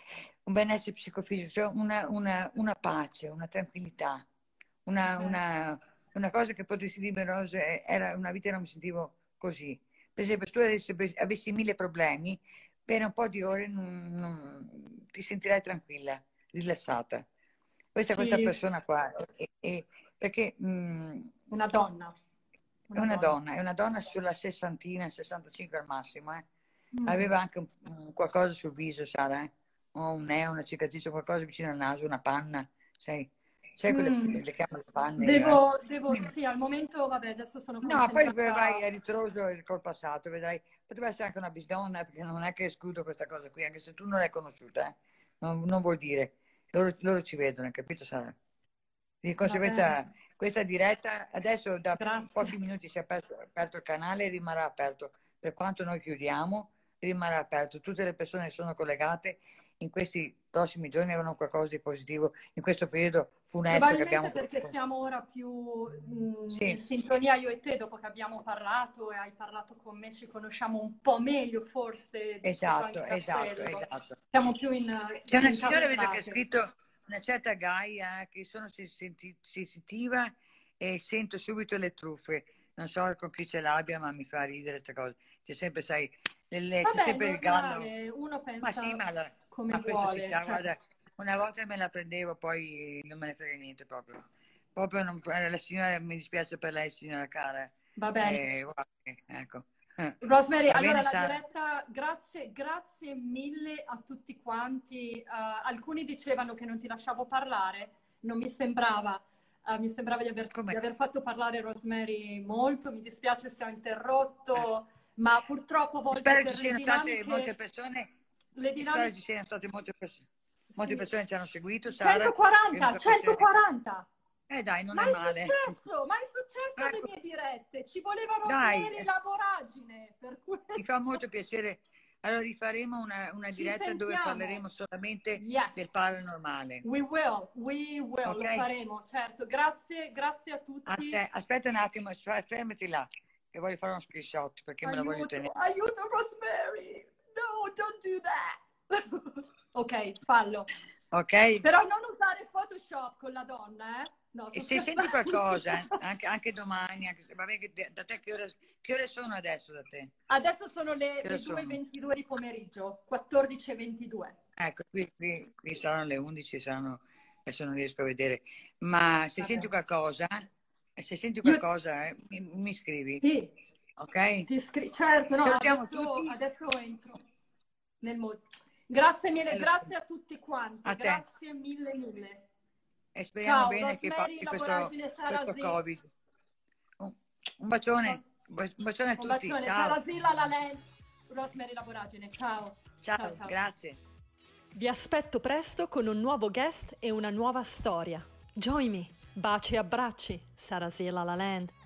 un benessere psicofisico, cioè una, una, una pace, una tranquillità, una, Ok. una, una cosa che potresti dire, Rose, era una vita che non mi sentivo così. Per esempio, se tu adesso avessi mille problemi, per un po' di ore non, non- ti sentirai tranquilla, rilassata. Questa, questa Ci... persona qua, è, è- perché mh, Una donna, è una una donna. donna, è una donna sulla sessantina, sessantacinque al massimo, eh. Mm. Aveva anche un, un qualcosa sul viso, Sara, eh? O un neo, una cicatrice, qualcosa vicino al naso, una panna, sai? Sai quelle Mm. le chiamano panne io, eh? Devo, devo, sì, al momento, vabbè, adesso sono No, poi concentrata. vai a ritroso col passato, vedrai. Potrebbe essere anche una bisdonna, perché non è che escludo questa cosa qui, anche se tu non l'hai conosciuta, eh? Non, non vuol dire. Loro, loro ci vedono, hai capito, Sara? Di Va bene, conseguenza, questa diretta adesso da grazie. pochi minuti si è aperto, aperto il canale e rimarrà aperto. Per quanto noi chiudiamo, rimarrà aperto. Tutte le persone che sono collegate in questi prossimi giorni avranno qualcosa di positivo in questo periodo funesto che Probabilmente abbiamo. perché siamo ora più mm, in Sì, sintonia io e te, dopo che abbiamo parlato e hai parlato con me, ci conosciamo un po' meglio forse rispetto esatto, anche a esatto, quello. esatto. Siamo più in, C'è una signora, vedo che ha incastrate. scritto una certa Gaia, che sono sensiti- sensitiva e sento subito le truffe. Non so con chi ce l'abbia, ma mi fa ridere questa cosa. C'è sempre, sai, le- le- c'è Vabbè, è sempre il gallo. normale, uno Ma sì, pensa ma, la- come ma questo si vuole, sa, cioè, guarda, una volta me la prendevo, poi non me ne frega niente proprio. Proprio non- la signora, mi dispiace per lei, signora cara. va bene. Eh, guarda, ecco. Rosemary, Va allora bene, la Sara? diretta, grazie, grazie mille a tutti quanti. Eh, alcuni dicevano che non ti lasciavo parlare, non mi sembrava, eh, mi sembrava di aver, Come? di aver fatto parlare Rosemary molto, mi dispiace se ho Eh. interrotto, ma purtroppo a volte Spero ci per le siano tante, molte dinamiche, persone, le e spero dinamiche, ci siano state molte persone. Molte sì, persone ci hanno seguito, Sara, è centoquaranta, venuto a piacere. centoquaranta! Eh dai, non è Mai male. successo, mai queste le Ecco, mie dirette, ci voleva dai, Rosemary la voragine, per cui mi fa molto piacere. Allora rifaremo una, una ci diretta dove sentiamo. parleremo solamente Yes, del paranormale. we will, we will, lo Ok? faremo, certo. Grazie, grazie a A tutti. te. Aspetta un attimo, fa- fermati là, che voglio fare uno screenshot perché me la voglio Aiuto, tenere. aiuto Rosemary. No, don't do that. Ok, fallo. Ok? Però non usare Photoshop con la donna, eh? No, E sto se senti scherzando. qualcosa, eh, anche, anche domani, anche se, vabbè, che da te che ore, che ore sono adesso da te? Adesso sono le, Che ore le sono? due e ventidue di pomeriggio, quattordici e ventidue. Ecco, qui, qui, qui saranno le undici, saranno, adesso non riesco a vedere. Ma se Vabbè. senti qualcosa, se senti Io- qualcosa, eh, mi, mi scrivi, Sì, ok? ti scri- certo, no, Salutiamo adesso, tutti. adesso entro nel modo. Grazie mille, Eh, lo grazie so. a tutti quanti, A te. grazie mille mille. E speriamo Ciao, bene che Rosemary, passi la questo, voragine sarà questo sì. Covid. Un, un bacione, un bacione a Un tutti. bacione, Ciao. sarà sì la la land. Rosemary, la voragine, ciao. Ciao, Ciao, ciao. grazie. Vi aspetto presto con un nuovo guest e una nuova storia. Join me. Baci e abbracci. Sarasela La Land.